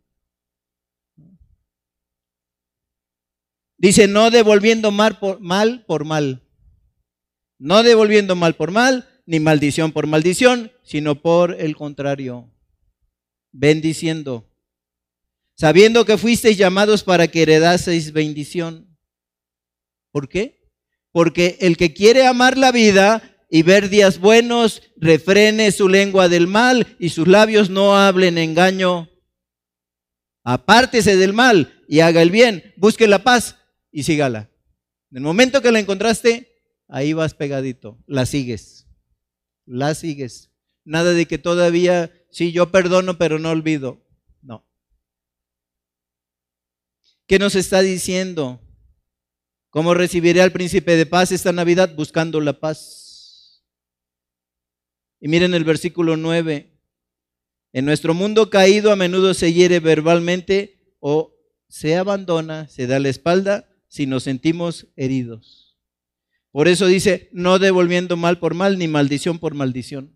Dice, no devolviendo mal por mal. No devolviendo mal por mal, ni maldición por maldición, sino por el contrario, bendiciendo, sabiendo que fuisteis llamados para que heredaseis bendición. ¿Por qué? Porque el que quiere amar la vida y ver días buenos, refrene su lengua del mal y sus labios no hablen engaño. Apártese del mal y haga el bien, busque la paz y sígala. En el momento que la encontraste, ahí vas pegadito, la sigues. Nada de que todavía, sí, yo perdono, pero no olvido. No. ¿Qué nos está diciendo? ¿Cómo recibiré al príncipe de paz esta Navidad? Buscando la paz. Y miren el versículo 9. En nuestro mundo caído a menudo se hiere verbalmente o se abandona, se da la espalda si nos sentimos heridos. Por eso dice, no devolviendo mal por mal, ni maldición por maldición.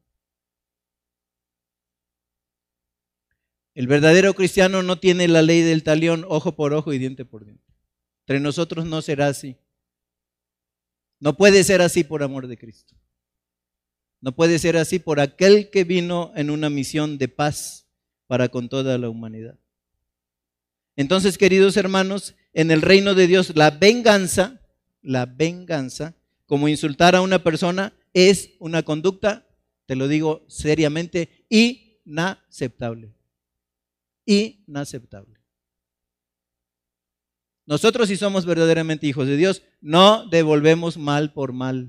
El verdadero cristiano no tiene la ley del talión, ojo por ojo y diente por diente. Entre nosotros no será así. No puede ser así por amor de Cristo. No puede ser así por aquel que vino en una misión de paz para con toda la humanidad. Entonces, queridos hermanos, en el reino de Dios, la venganza, como insultar a una persona, es una conducta, te lo digo seriamente, inaceptable. Inaceptable. Nosotros, si somos verdaderamente hijos de Dios, no devolvemos mal por mal.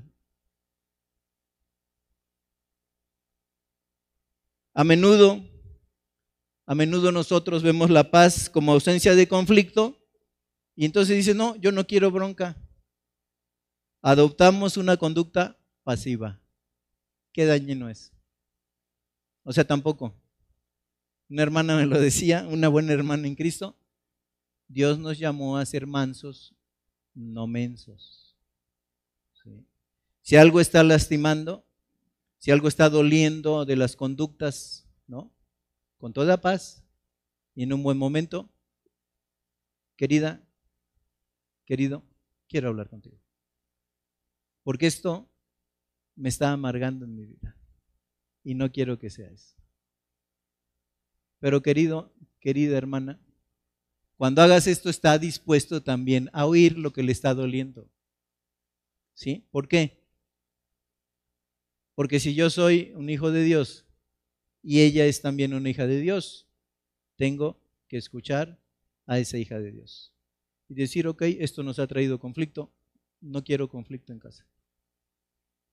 A menudo nosotros vemos la paz como ausencia de conflicto y entonces dice, no, yo no quiero bronca. Adoptamos una conducta pasiva. ¿Qué dañino es? O sea, tampoco. Una hermana me lo decía, una buena hermana en Cristo. Dios nos llamó a ser mansos, no mensos. ¿Sí? Si algo está lastimando, si algo está doliendo de las conductas, ¿no? Con toda paz y en un buen momento, querida, querido, quiero hablar contigo. Porque esto me está amargando en mi vida y no quiero que sea eso. Pero querido, querida hermana, cuando hagas esto está dispuesto también a oír lo que le está doliendo. ¿Sí? ¿Por qué? Porque si yo soy un hijo de Dios y ella es también una hija de Dios, tengo que escuchar a esa hija de Dios y decir, ok, esto nos ha traído conflicto, no quiero conflicto en casa.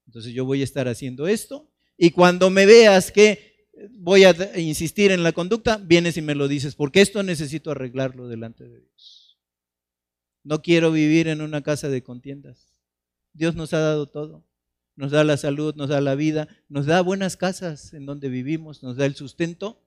Entonces yo voy a estar haciendo esto y cuando me veas que voy a insistir en la conducta, vienes y me lo dices, porque esto necesito arreglarlo delante de Dios. No quiero vivir en una casa de contiendas. Dios nos ha dado todo. Nos da la salud, nos da la vida, nos da buenas casas en donde vivimos, nos da el sustento.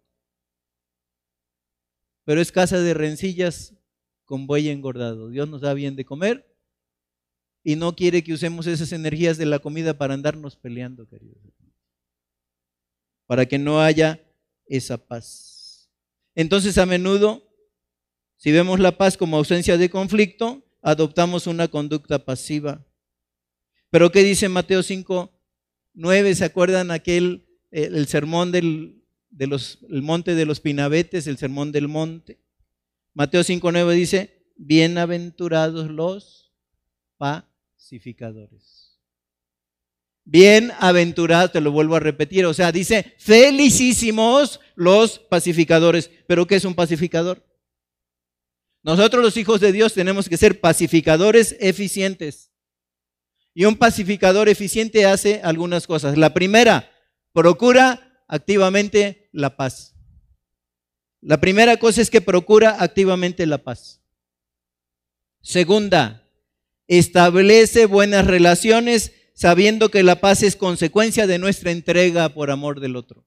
Pero es casa de rencillas con buey engordado. Dios nos da bien de comer y no quiere que usemos esas energías de la comida para andarnos peleando, queridos. Para que no haya esa paz. Entonces, a menudo, si vemos la paz como ausencia de conflicto, adoptamos una conducta pasiva. Pero ¿qué dice Mateo 5:9? ¿Se acuerdan el sermón el monte de los pinabetes, el sermón del monte? Mateo 5:9 dice, bienaventurados los pacificadores. Bienaventurados, te lo vuelvo a repetir, o sea, dice, felicísimos los pacificadores. ¿Pero qué es un pacificador? Nosotros los hijos de Dios tenemos que ser pacificadores eficientes. Y un pacificador eficiente hace algunas cosas. La primera, procura activamente la paz. La primera cosa es que procura activamente la paz. Segunda, establece buenas relaciones sabiendo que la paz es consecuencia de nuestra entrega por amor del otro.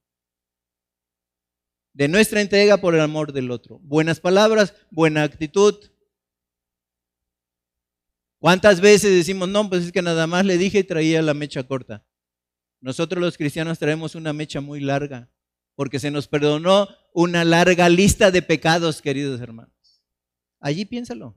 De nuestra entrega por el amor del otro. Buenas palabras, buena actitud. ¿Cuántas veces decimos, no, pues es que nada más le dije y traía la mecha corta? Nosotros los cristianos traemos una mecha muy larga, porque se nos perdonó una larga lista de pecados, queridos hermanos. Allí piénsalo.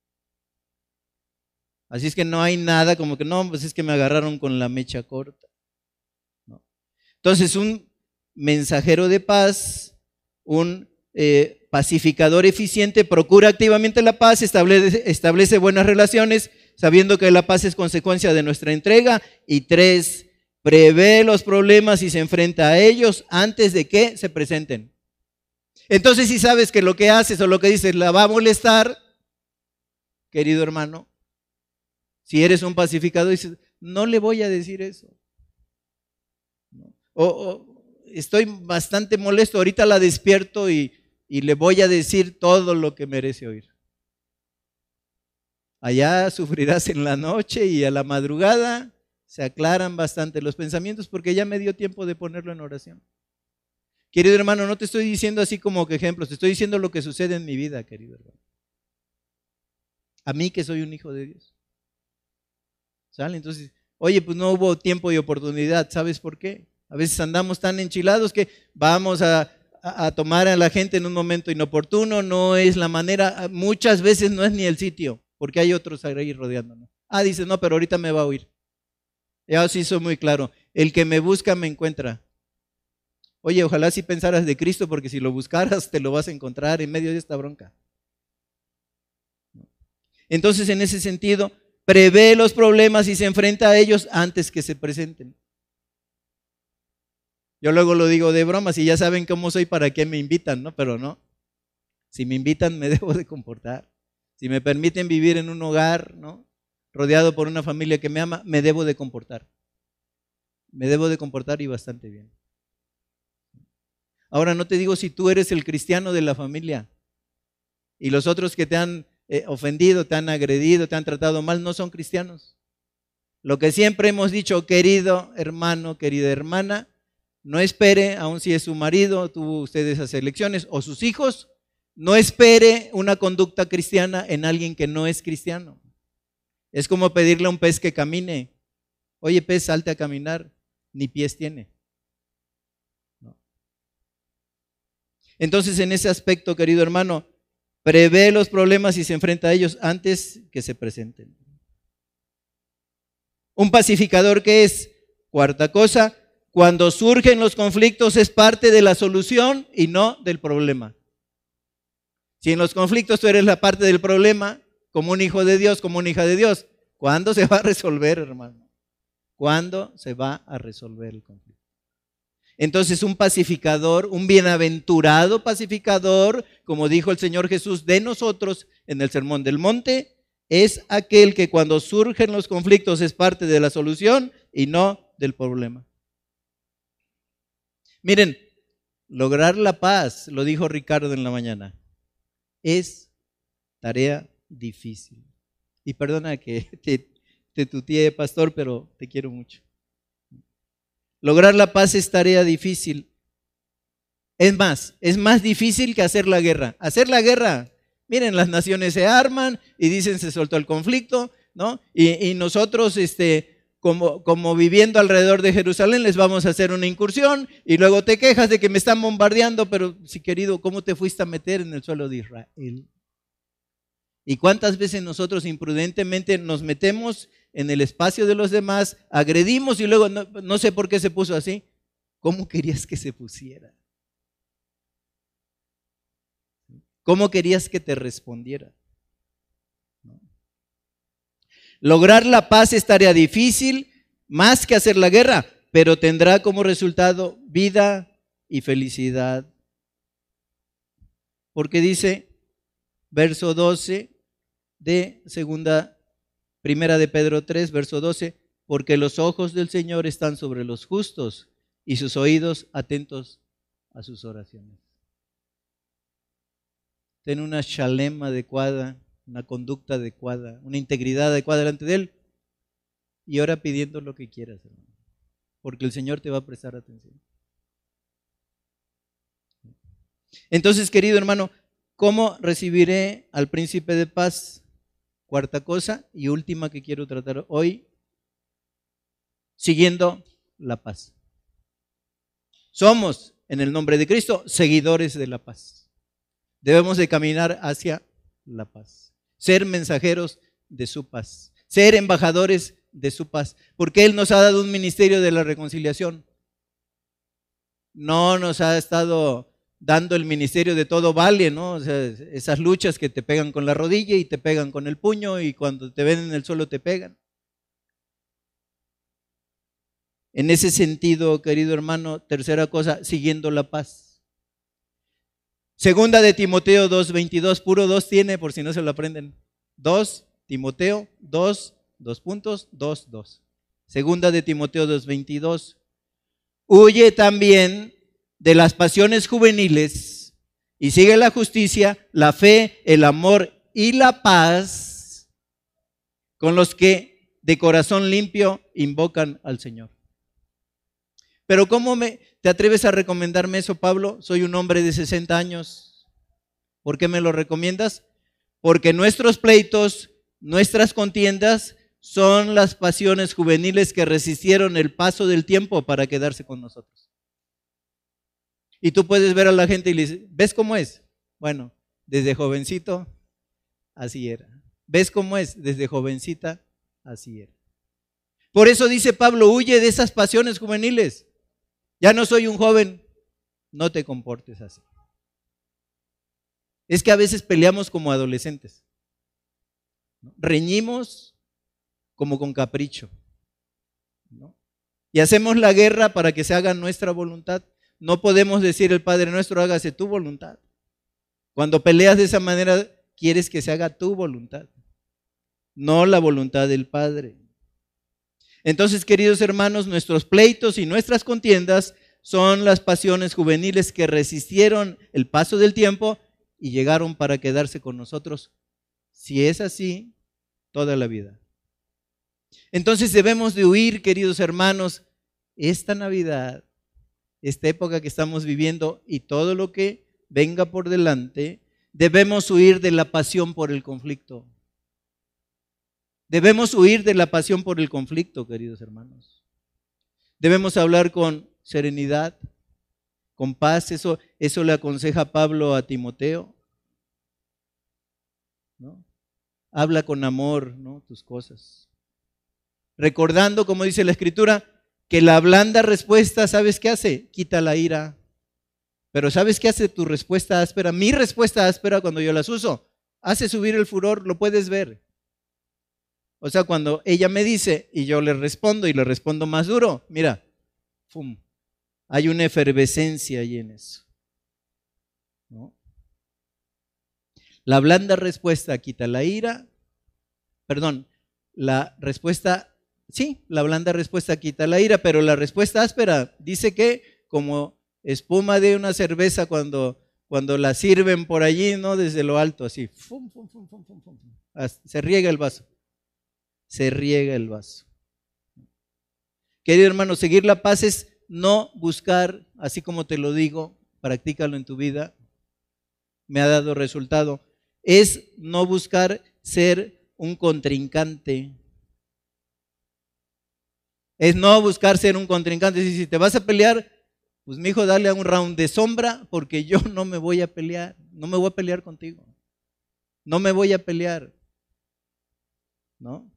Así es que no hay nada como que, no, pues es que me agarraron con la mecha corta. No. Entonces, un mensajero de paz, un pacificador eficiente, procura activamente la paz, establece buenas relaciones, sabiendo que la paz es consecuencia de nuestra entrega. Y 3, prevé los problemas y se enfrenta a ellos antes de que se presenten. Entonces, si sabes que lo que haces o lo que dices la va a molestar, querido hermano, si eres un pacificador, dices, no le voy a decir eso. Estoy bastante molesto, ahorita la despierto y le voy a decir todo lo que merece oír. Allá sufrirás en la noche y a la madrugada se aclaran bastante los pensamientos porque ya me dio tiempo de ponerlo en oración. Querido hermano, no te estoy diciendo así como que ejemplos, te estoy diciendo lo que sucede en mi vida, querido hermano. A mí que soy un hijo de Dios. ¿Sale? Entonces, oye, pues no hubo tiempo y oportunidad, ¿sabes por qué? A veces andamos tan enchilados que vamos a tomar a la gente en un momento inoportuno, no es la manera, muchas veces no es ni el sitio, porque hay otros ahí rodeándonos. Dice, no, pero ahorita me va a oír. Ya sí soy muy claro, el que me busca me encuentra. Oye, ojalá si pensaras de Cristo, porque si lo buscaras te lo vas a encontrar en medio de esta bronca. Entonces, en ese sentido, prevé los problemas y se enfrenta a ellos antes que se presenten. Yo luego lo digo de broma, si ya saben cómo soy, ¿para qué me invitan? ¿No? Pero no. Si me invitan, me debo de comportar. Si me permiten vivir en un hogar, ¿no?, rodeado por una familia que me ama, me debo de comportar. Me debo de comportar y bastante bien. Ahora, no te digo si tú eres el cristiano de la familia y los otros que te han ofendido, te han agredido, te han tratado mal, no son cristianos. Lo que siempre hemos dicho, querido hermano, querida hermana, no espere, aun si es su marido, tuvo usted esas elecciones, o sus hijos, no espere una conducta cristiana en alguien que no es cristiano. Es como pedirle a un pez que camine. Oye, pez, salte a caminar, ni pies tiene. No. Entonces, en ese aspecto, querido hermano, prevé los problemas y se enfrenta a ellos antes que se presenten. Un pacificador, ¿qué es? Cuarta cosa, cuando surgen los conflictos es parte de la solución y no del problema. Si en los conflictos tú eres la parte del problema, como un hijo de Dios, como una hija de Dios, ¿cuándo se va a resolver, hermano? ¿Cuándo se va a resolver el conflicto? Entonces, un pacificador, un bienaventurado pacificador, como dijo el Señor Jesús de nosotros en el Sermón del Monte, es aquel que cuando surgen los conflictos es parte de la solución y no del problema. Miren, lograr la paz, lo dijo Ricardo en la mañana, es tarea difícil. Y perdona que te tuteé, pastor, pero te quiero mucho. Lograr la paz es tarea difícil. Es más difícil que hacer la guerra. Hacer la guerra, miren, las naciones se arman y dicen se soltó el conflicto, ¿no? Y nosotros, como viviendo alrededor de Jerusalén, les vamos a hacer una incursión y luego te quejas de que me están bombardeando, pero sí, querido, ¿cómo te fuiste a meter en el suelo de Israel? ¿Y cuántas veces nosotros imprudentemente nos metemos en el espacio de los demás, agredimos y luego no sé por qué se puso así? ¿Cómo querías que se pusiera? ¿Cómo querías que te respondiera? ¿No? Lograr la paz es tarea difícil, más que hacer la guerra, pero tendrá como resultado vida y felicidad. Porque dice, verso 12 de primera de Pedro 3, verso 12, porque los ojos del Señor están sobre los justos y sus oídos atentos a sus oraciones. Ten una shalem adecuada, una conducta adecuada, una integridad adecuada delante de Él y ora pidiendo lo que quieras, hermano, porque el Señor te va a prestar atención. Entonces, querido hermano, ¿cómo recibiré al príncipe de paz? Cuarta cosa y última que quiero tratar hoy, siguiendo la paz. Somos, en el nombre de Cristo, seguidores de la paz. Debemos de caminar hacia la paz, ser mensajeros de su paz, ser embajadores de su paz, porque Él nos ha dado un ministerio de la reconciliación. No nos ha estado dando el ministerio de todo vale, ¿no? O sea, esas luchas que te pegan con la rodilla y te pegan con el puño y cuando te ven en el suelo te pegan. En ese sentido, querido hermano, tercera cosa, siguiendo la paz. Segunda de Timoteo 2:22, puro 2 tiene por si no se lo aprenden. 2, Timoteo 2, 2. Segunda de Timoteo 2:22. Huye también de las pasiones juveniles y sigue la justicia, la fe, el amor y la paz con los que de corazón limpio invocan al Señor. Pero ¿cómo te atreves a recomendarme eso, Pablo? Soy un hombre de 60 años. ¿Por qué me lo recomiendas? Porque nuestros pleitos, nuestras contiendas son las pasiones juveniles que resistieron el paso del tiempo para quedarse con nosotros. Y tú puedes ver a la gente y le dices, ¿ves cómo es? Bueno, desde jovencito, así era. ¿Ves cómo es? Desde jovencita, así era. Por eso dice Pablo, huye de esas pasiones juveniles. Ya no soy un joven, no te comportes así. Es que a veces peleamos como adolescentes. Reñimos como con capricho, ¿no? Y hacemos la guerra para que se haga nuestra voluntad. No podemos decir el Padre nuestro, hágase tu voluntad. Cuando peleas de esa manera, quieres que se haga tu voluntad, no la voluntad del Padre. Entonces, queridos hermanos, nuestros pleitos y nuestras contiendas son las pasiones juveniles que resistieron el paso del tiempo y llegaron para quedarse con nosotros, si es así, toda la vida. Entonces debemos de huir, queridos hermanos, esta Navidad, esta época que estamos viviendo y todo lo que venga por delante, debemos huir de la pasión por el conflicto. Debemos huir de la pasión por el conflicto, queridos hermanos. Debemos hablar con serenidad, con paz. Eso le aconseja Pablo a Timoteo, ¿no? Habla con amor, ¿no? Tus cosas. Recordando, como dice la Escritura, que la blanda respuesta, ¿sabes qué hace? Quita la ira. Pero ¿sabes qué hace tu respuesta áspera? Mi respuesta áspera cuando yo las uso, hace subir el furor, lo puedes ver. O sea, cuando ella me dice y yo le respondo y le respondo más duro, mira, ¡fum! Hay una efervescencia ahí en eso, ¿no? La blanda respuesta quita la ira, la respuesta Sí, la blanda respuesta quita la ira, pero la respuesta áspera dice que como espuma de una cerveza cuando la sirven por allí, ¿no? Desde lo alto, así, fum, fum, fum, fum, fum, fum. Se riega el vaso. Se riega el vaso. Querido hermano, seguir la paz es no buscar, así como te lo digo, practícalo en tu vida, me ha dado resultado, es no buscar ser un contrincante. Es no buscar ser un contrincante. Si te vas a pelear, pues mi hijo, dale a un round de sombra, porque yo no me voy a pelear, no me voy a pelear contigo. No me voy a pelear. ¿No?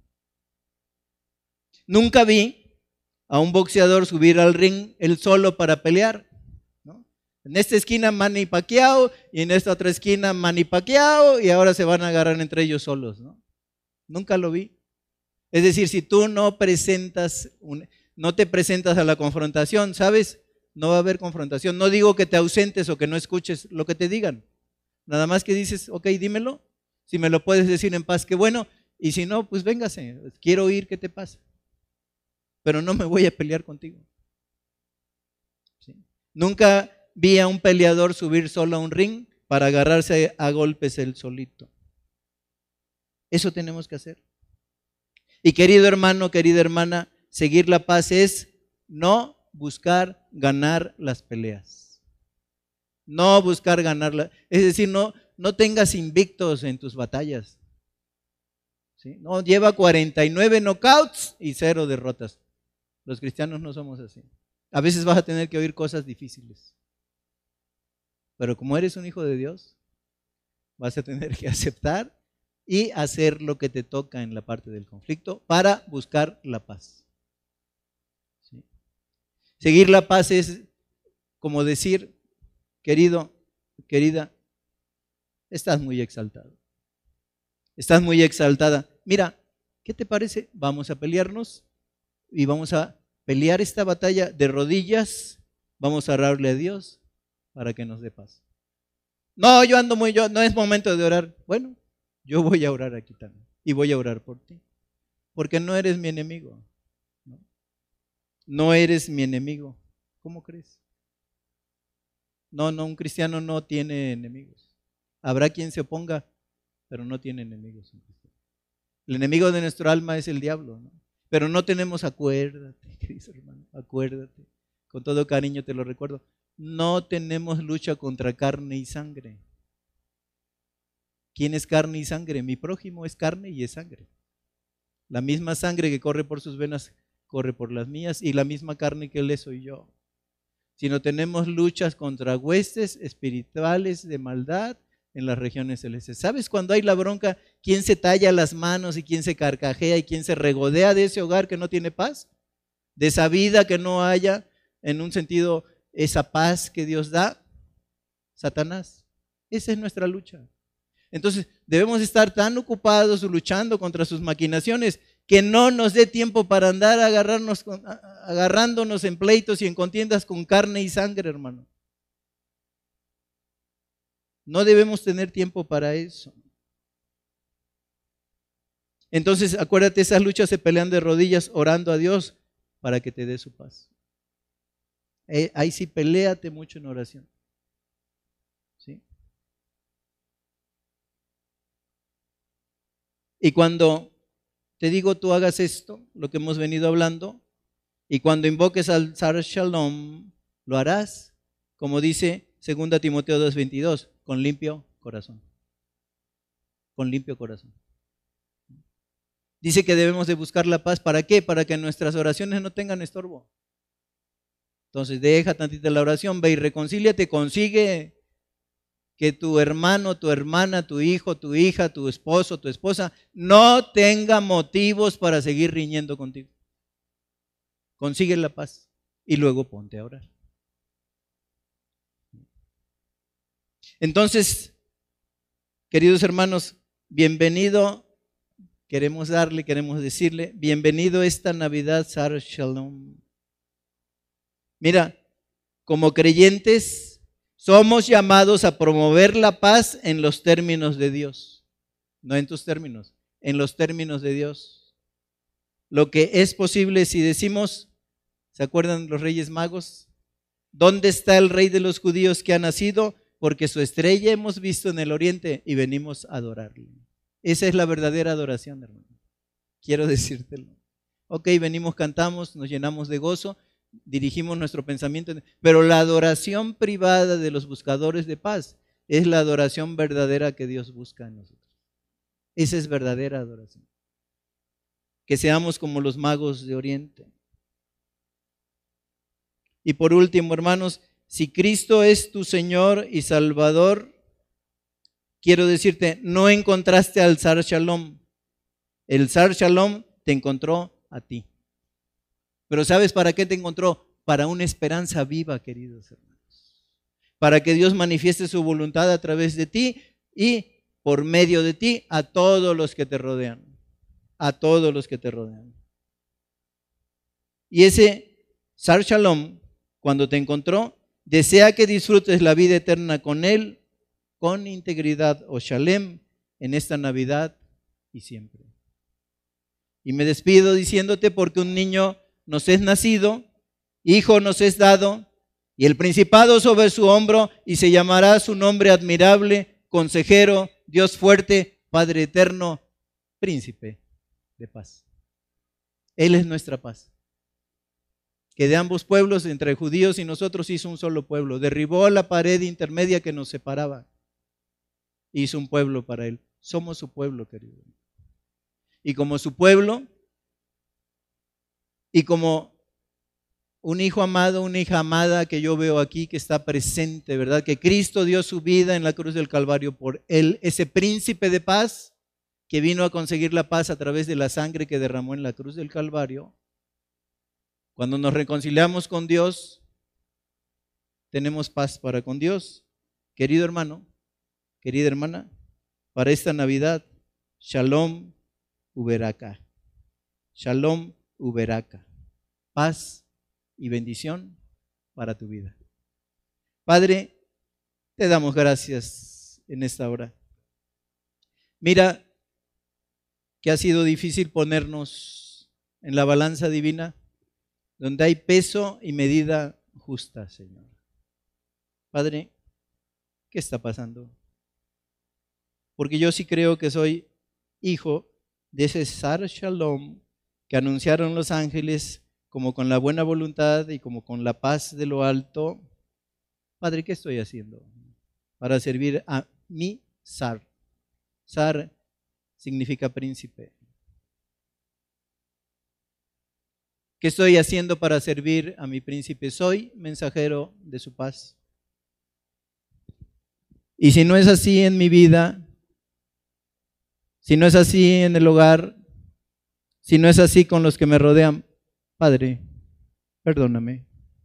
Nunca vi a un boxeador subir al ring él solo para pelear, ¿no? En esta esquina Manny Pacquiao y en esta otra esquina Manny Pacquiao y ahora se van a agarrar entre ellos solos, ¿no? Nunca lo vi. Es decir, si tú no te presentas a la confrontación, ¿sabes? No va a haber confrontación. No digo que te ausentes o que no escuches lo que te digan. Nada más que dices, ok, dímelo. Si me lo puedes decir en paz, qué bueno. Y si no, pues véngase. Quiero oír qué te pasa. Pero no me voy a pelear contigo. ¿Sí? Nunca vi a un peleador subir solo a un ring para agarrarse a golpes él solito. Eso tenemos que hacer. Y querido hermano, querida hermana, seguir la paz es no buscar ganar las peleas. No buscar ganarlas. Es decir, no tengas invictos en tus batallas. ¿Sí? No, lleva 49 knockouts y 0 derrotas. Los cristianos no somos así. A veces vas a tener que oír cosas difíciles. Pero como eres un hijo de Dios, vas a tener que aceptar y hacer lo que te toca en la parte del conflicto para buscar la paz. ¿Sí? Seguir la paz es como decir, querido, querida, estás muy exaltado. Estás muy exaltada. Mira, ¿qué te parece? Vamos a pelearnos y vamos a pelear esta batalla de rodillas. Vamos a orarle a Dios para que nos dé paz. No, no es momento de orar. Bueno, yo voy a orar aquí también y voy a orar por ti, porque no eres mi enemigo. No eres mi enemigo. ¿Cómo crees? No, un cristiano no tiene enemigos. Habrá quien se oponga, pero no tiene enemigos. El enemigo de nuestro alma es el diablo, ¿no? Pero no tenemos, acuérdate, querido hermano, acuérdate, con todo cariño te lo recuerdo, no tenemos lucha contra carne y sangre. ¿Quién es carne y sangre? Mi prójimo es carne y es sangre. La misma sangre que corre por sus venas corre por las mías y la misma carne que él es soy yo. Sino tenemos luchas contra huestes espirituales de maldad en las regiones celestes. ¿Sabes cuando hay la bronca? ¿Quién se talla las manos y quién se carcajea y quién se regodea de ese hogar que no tiene paz? De esa vida que no haya, en un sentido, esa paz que Dios da. Satanás. Esa es nuestra lucha. Entonces debemos estar tan ocupados luchando contra sus maquinaciones que no nos dé tiempo para andar agarrándonos en pleitos y en contiendas con carne y sangre, hermano. No debemos tener tiempo para eso. Entonces, acuérdate, esas luchas se pelean de rodillas orando a Dios para que te dé su paz. Ahí sí, peléate mucho en oración. ¿Sí? Y cuando te digo tú hagas esto, lo que hemos venido hablando, y cuando invoques al Sar Shalom, lo harás, como dice 2 Timoteo 2:22, con limpio corazón. Con limpio corazón. Dice que debemos de buscar la paz. ¿Para qué? Para que nuestras oraciones no tengan estorbo. Entonces deja tantita la oración, ve y reconcíliate, consigue que tu hermano, tu hermana, tu hijo, tu hija, tu esposo, tu esposa no tenga motivos para seguir riñendo contigo. Consigue la paz y luego ponte a orar. Entonces, queridos hermanos, bienvenido, queremos decirle, bienvenido esta Navidad, Sar Shalom. Mira, como creyentes somos llamados a promover la paz en los términos de Dios, no en tus términos, en los términos de Dios. lo que es posible si decimos, ¿se acuerdan los Reyes Magos? ¿Dónde está el Rey de los judíos que ha nacido? Porque su estrella hemos visto en el oriente y venimos a adorarle. Esa es la verdadera adoración, hermano. Quiero decírtelo. Ok, venimos, cantamos, nos llenamos de gozo, dirigimos nuestro pensamiento, pero la adoración privada de los buscadores de paz es la adoración verdadera que Dios busca en nosotros. Esa es verdadera adoración. Que seamos como los magos de Oriente. Y por último, hermanos, si Cristo es tu Señor y Salvador, quiero decirte, no encontraste al Sar Shalom. El Sar Shalom te encontró a ti. Pero ¿sabes para qué te encontró? Para una esperanza viva, queridos hermanos. Para que Dios manifieste su voluntad a través de ti y por medio de ti a todos los que te rodean. A todos los que te rodean. Y ese Sar Shalom, cuando te encontró, desea que disfrutes la vida eterna con Él, con integridad o Shalem, en esta Navidad y siempre. Y me despido diciéndote, porque un niño nos es nacido, hijo nos es dado, y el principado sobre su hombro, y se llamará su nombre admirable, consejero, Dios fuerte, Padre eterno, príncipe de paz. Él es nuestra paz. Que de ambos pueblos, entre judíos y nosotros, hizo un solo pueblo. Derribó la pared intermedia que nos separaba. Hizo un pueblo para Él. Somos su pueblo, querido. Y como su pueblo, y como un hijo amado, una hija amada que yo veo aquí que está presente, ¿verdad? Que Cristo dio su vida en la cruz del Calvario por Él, ese príncipe de paz que vino a conseguir la paz a través de la sangre que derramó en la cruz del Calvario. Cuando nos reconciliamos con Dios, tenemos paz para con Dios. Querido hermano, querida hermana, para esta Navidad, Shalom Uberaka. Shalom Uberaka. Paz y bendición para tu vida. Padre, te damos gracias en esta hora. Mira que ha sido difícil ponernos en la balanza divina, donde hay peso y medida justa, Señor. Padre, ¿qué está pasando? Porque yo sí creo que soy hijo de ese Sar Shalom que anunciaron los ángeles, como con la buena voluntad y como con la paz de lo alto. Padre, ¿qué estoy haciendo para servir a mi Sar? Sar significa príncipe. ¿Qué estoy haciendo para servir a mi príncipe? Soy mensajero de su paz. Y si no es así en mi vida, si no es así en el hogar, si no es así con los que me rodean, Padre, perdóname.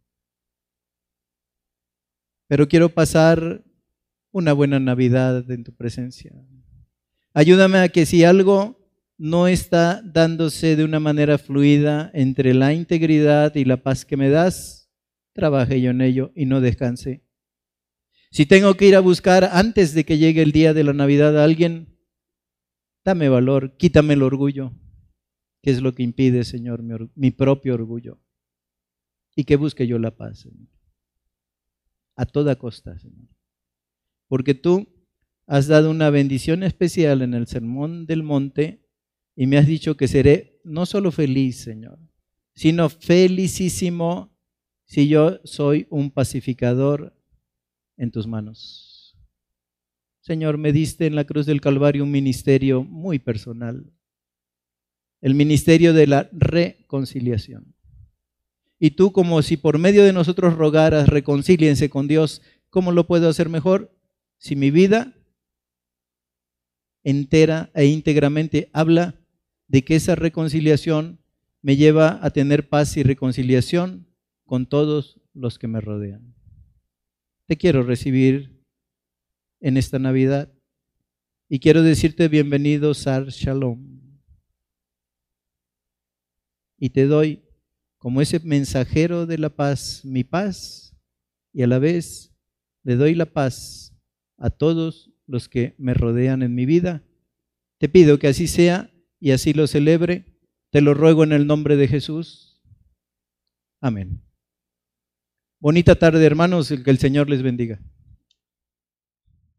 Pero quiero pasar una buena Navidad en tu presencia. Ayúdame a que si algo no está dándose de una manera fluida entre la integridad y la paz que me das, trabaje yo en ello y no descanse. Si tengo que ir a buscar antes de que llegue el día de la Navidad a alguien, dame valor, quítame el orgullo, que es lo que impide, Señor, mi propio orgullo, y que busque yo la paz, Señor, a toda costa, Señor, porque tú has dado una bendición especial en el Sermón del Monte y me has dicho que seré no solo feliz, Señor, sino felicísimo si yo soy un pacificador en tus manos. Señor, me diste en la cruz del Calvario un ministerio muy personal, el ministerio de la reconciliación. Y tú, como si por medio de nosotros rogaras, reconcíliense con Dios, ¿cómo lo puedo hacer mejor? Si mi vida entera e íntegramente habla de que esa reconciliación me lleva a tener paz y reconciliación con todos los que me rodean. Te quiero recibir en esta Navidad y quiero decirte bienvenido, Sar Shalom. Y te doy como ese mensajero de la paz, mi paz, y a la vez le doy la paz a todos los que me rodean en mi vida. Te pido que así sea y así lo celebre Te lo ruego en el nombre de Jesús. Amén. Bonita tarde, hermanos, que el Señor les bendiga.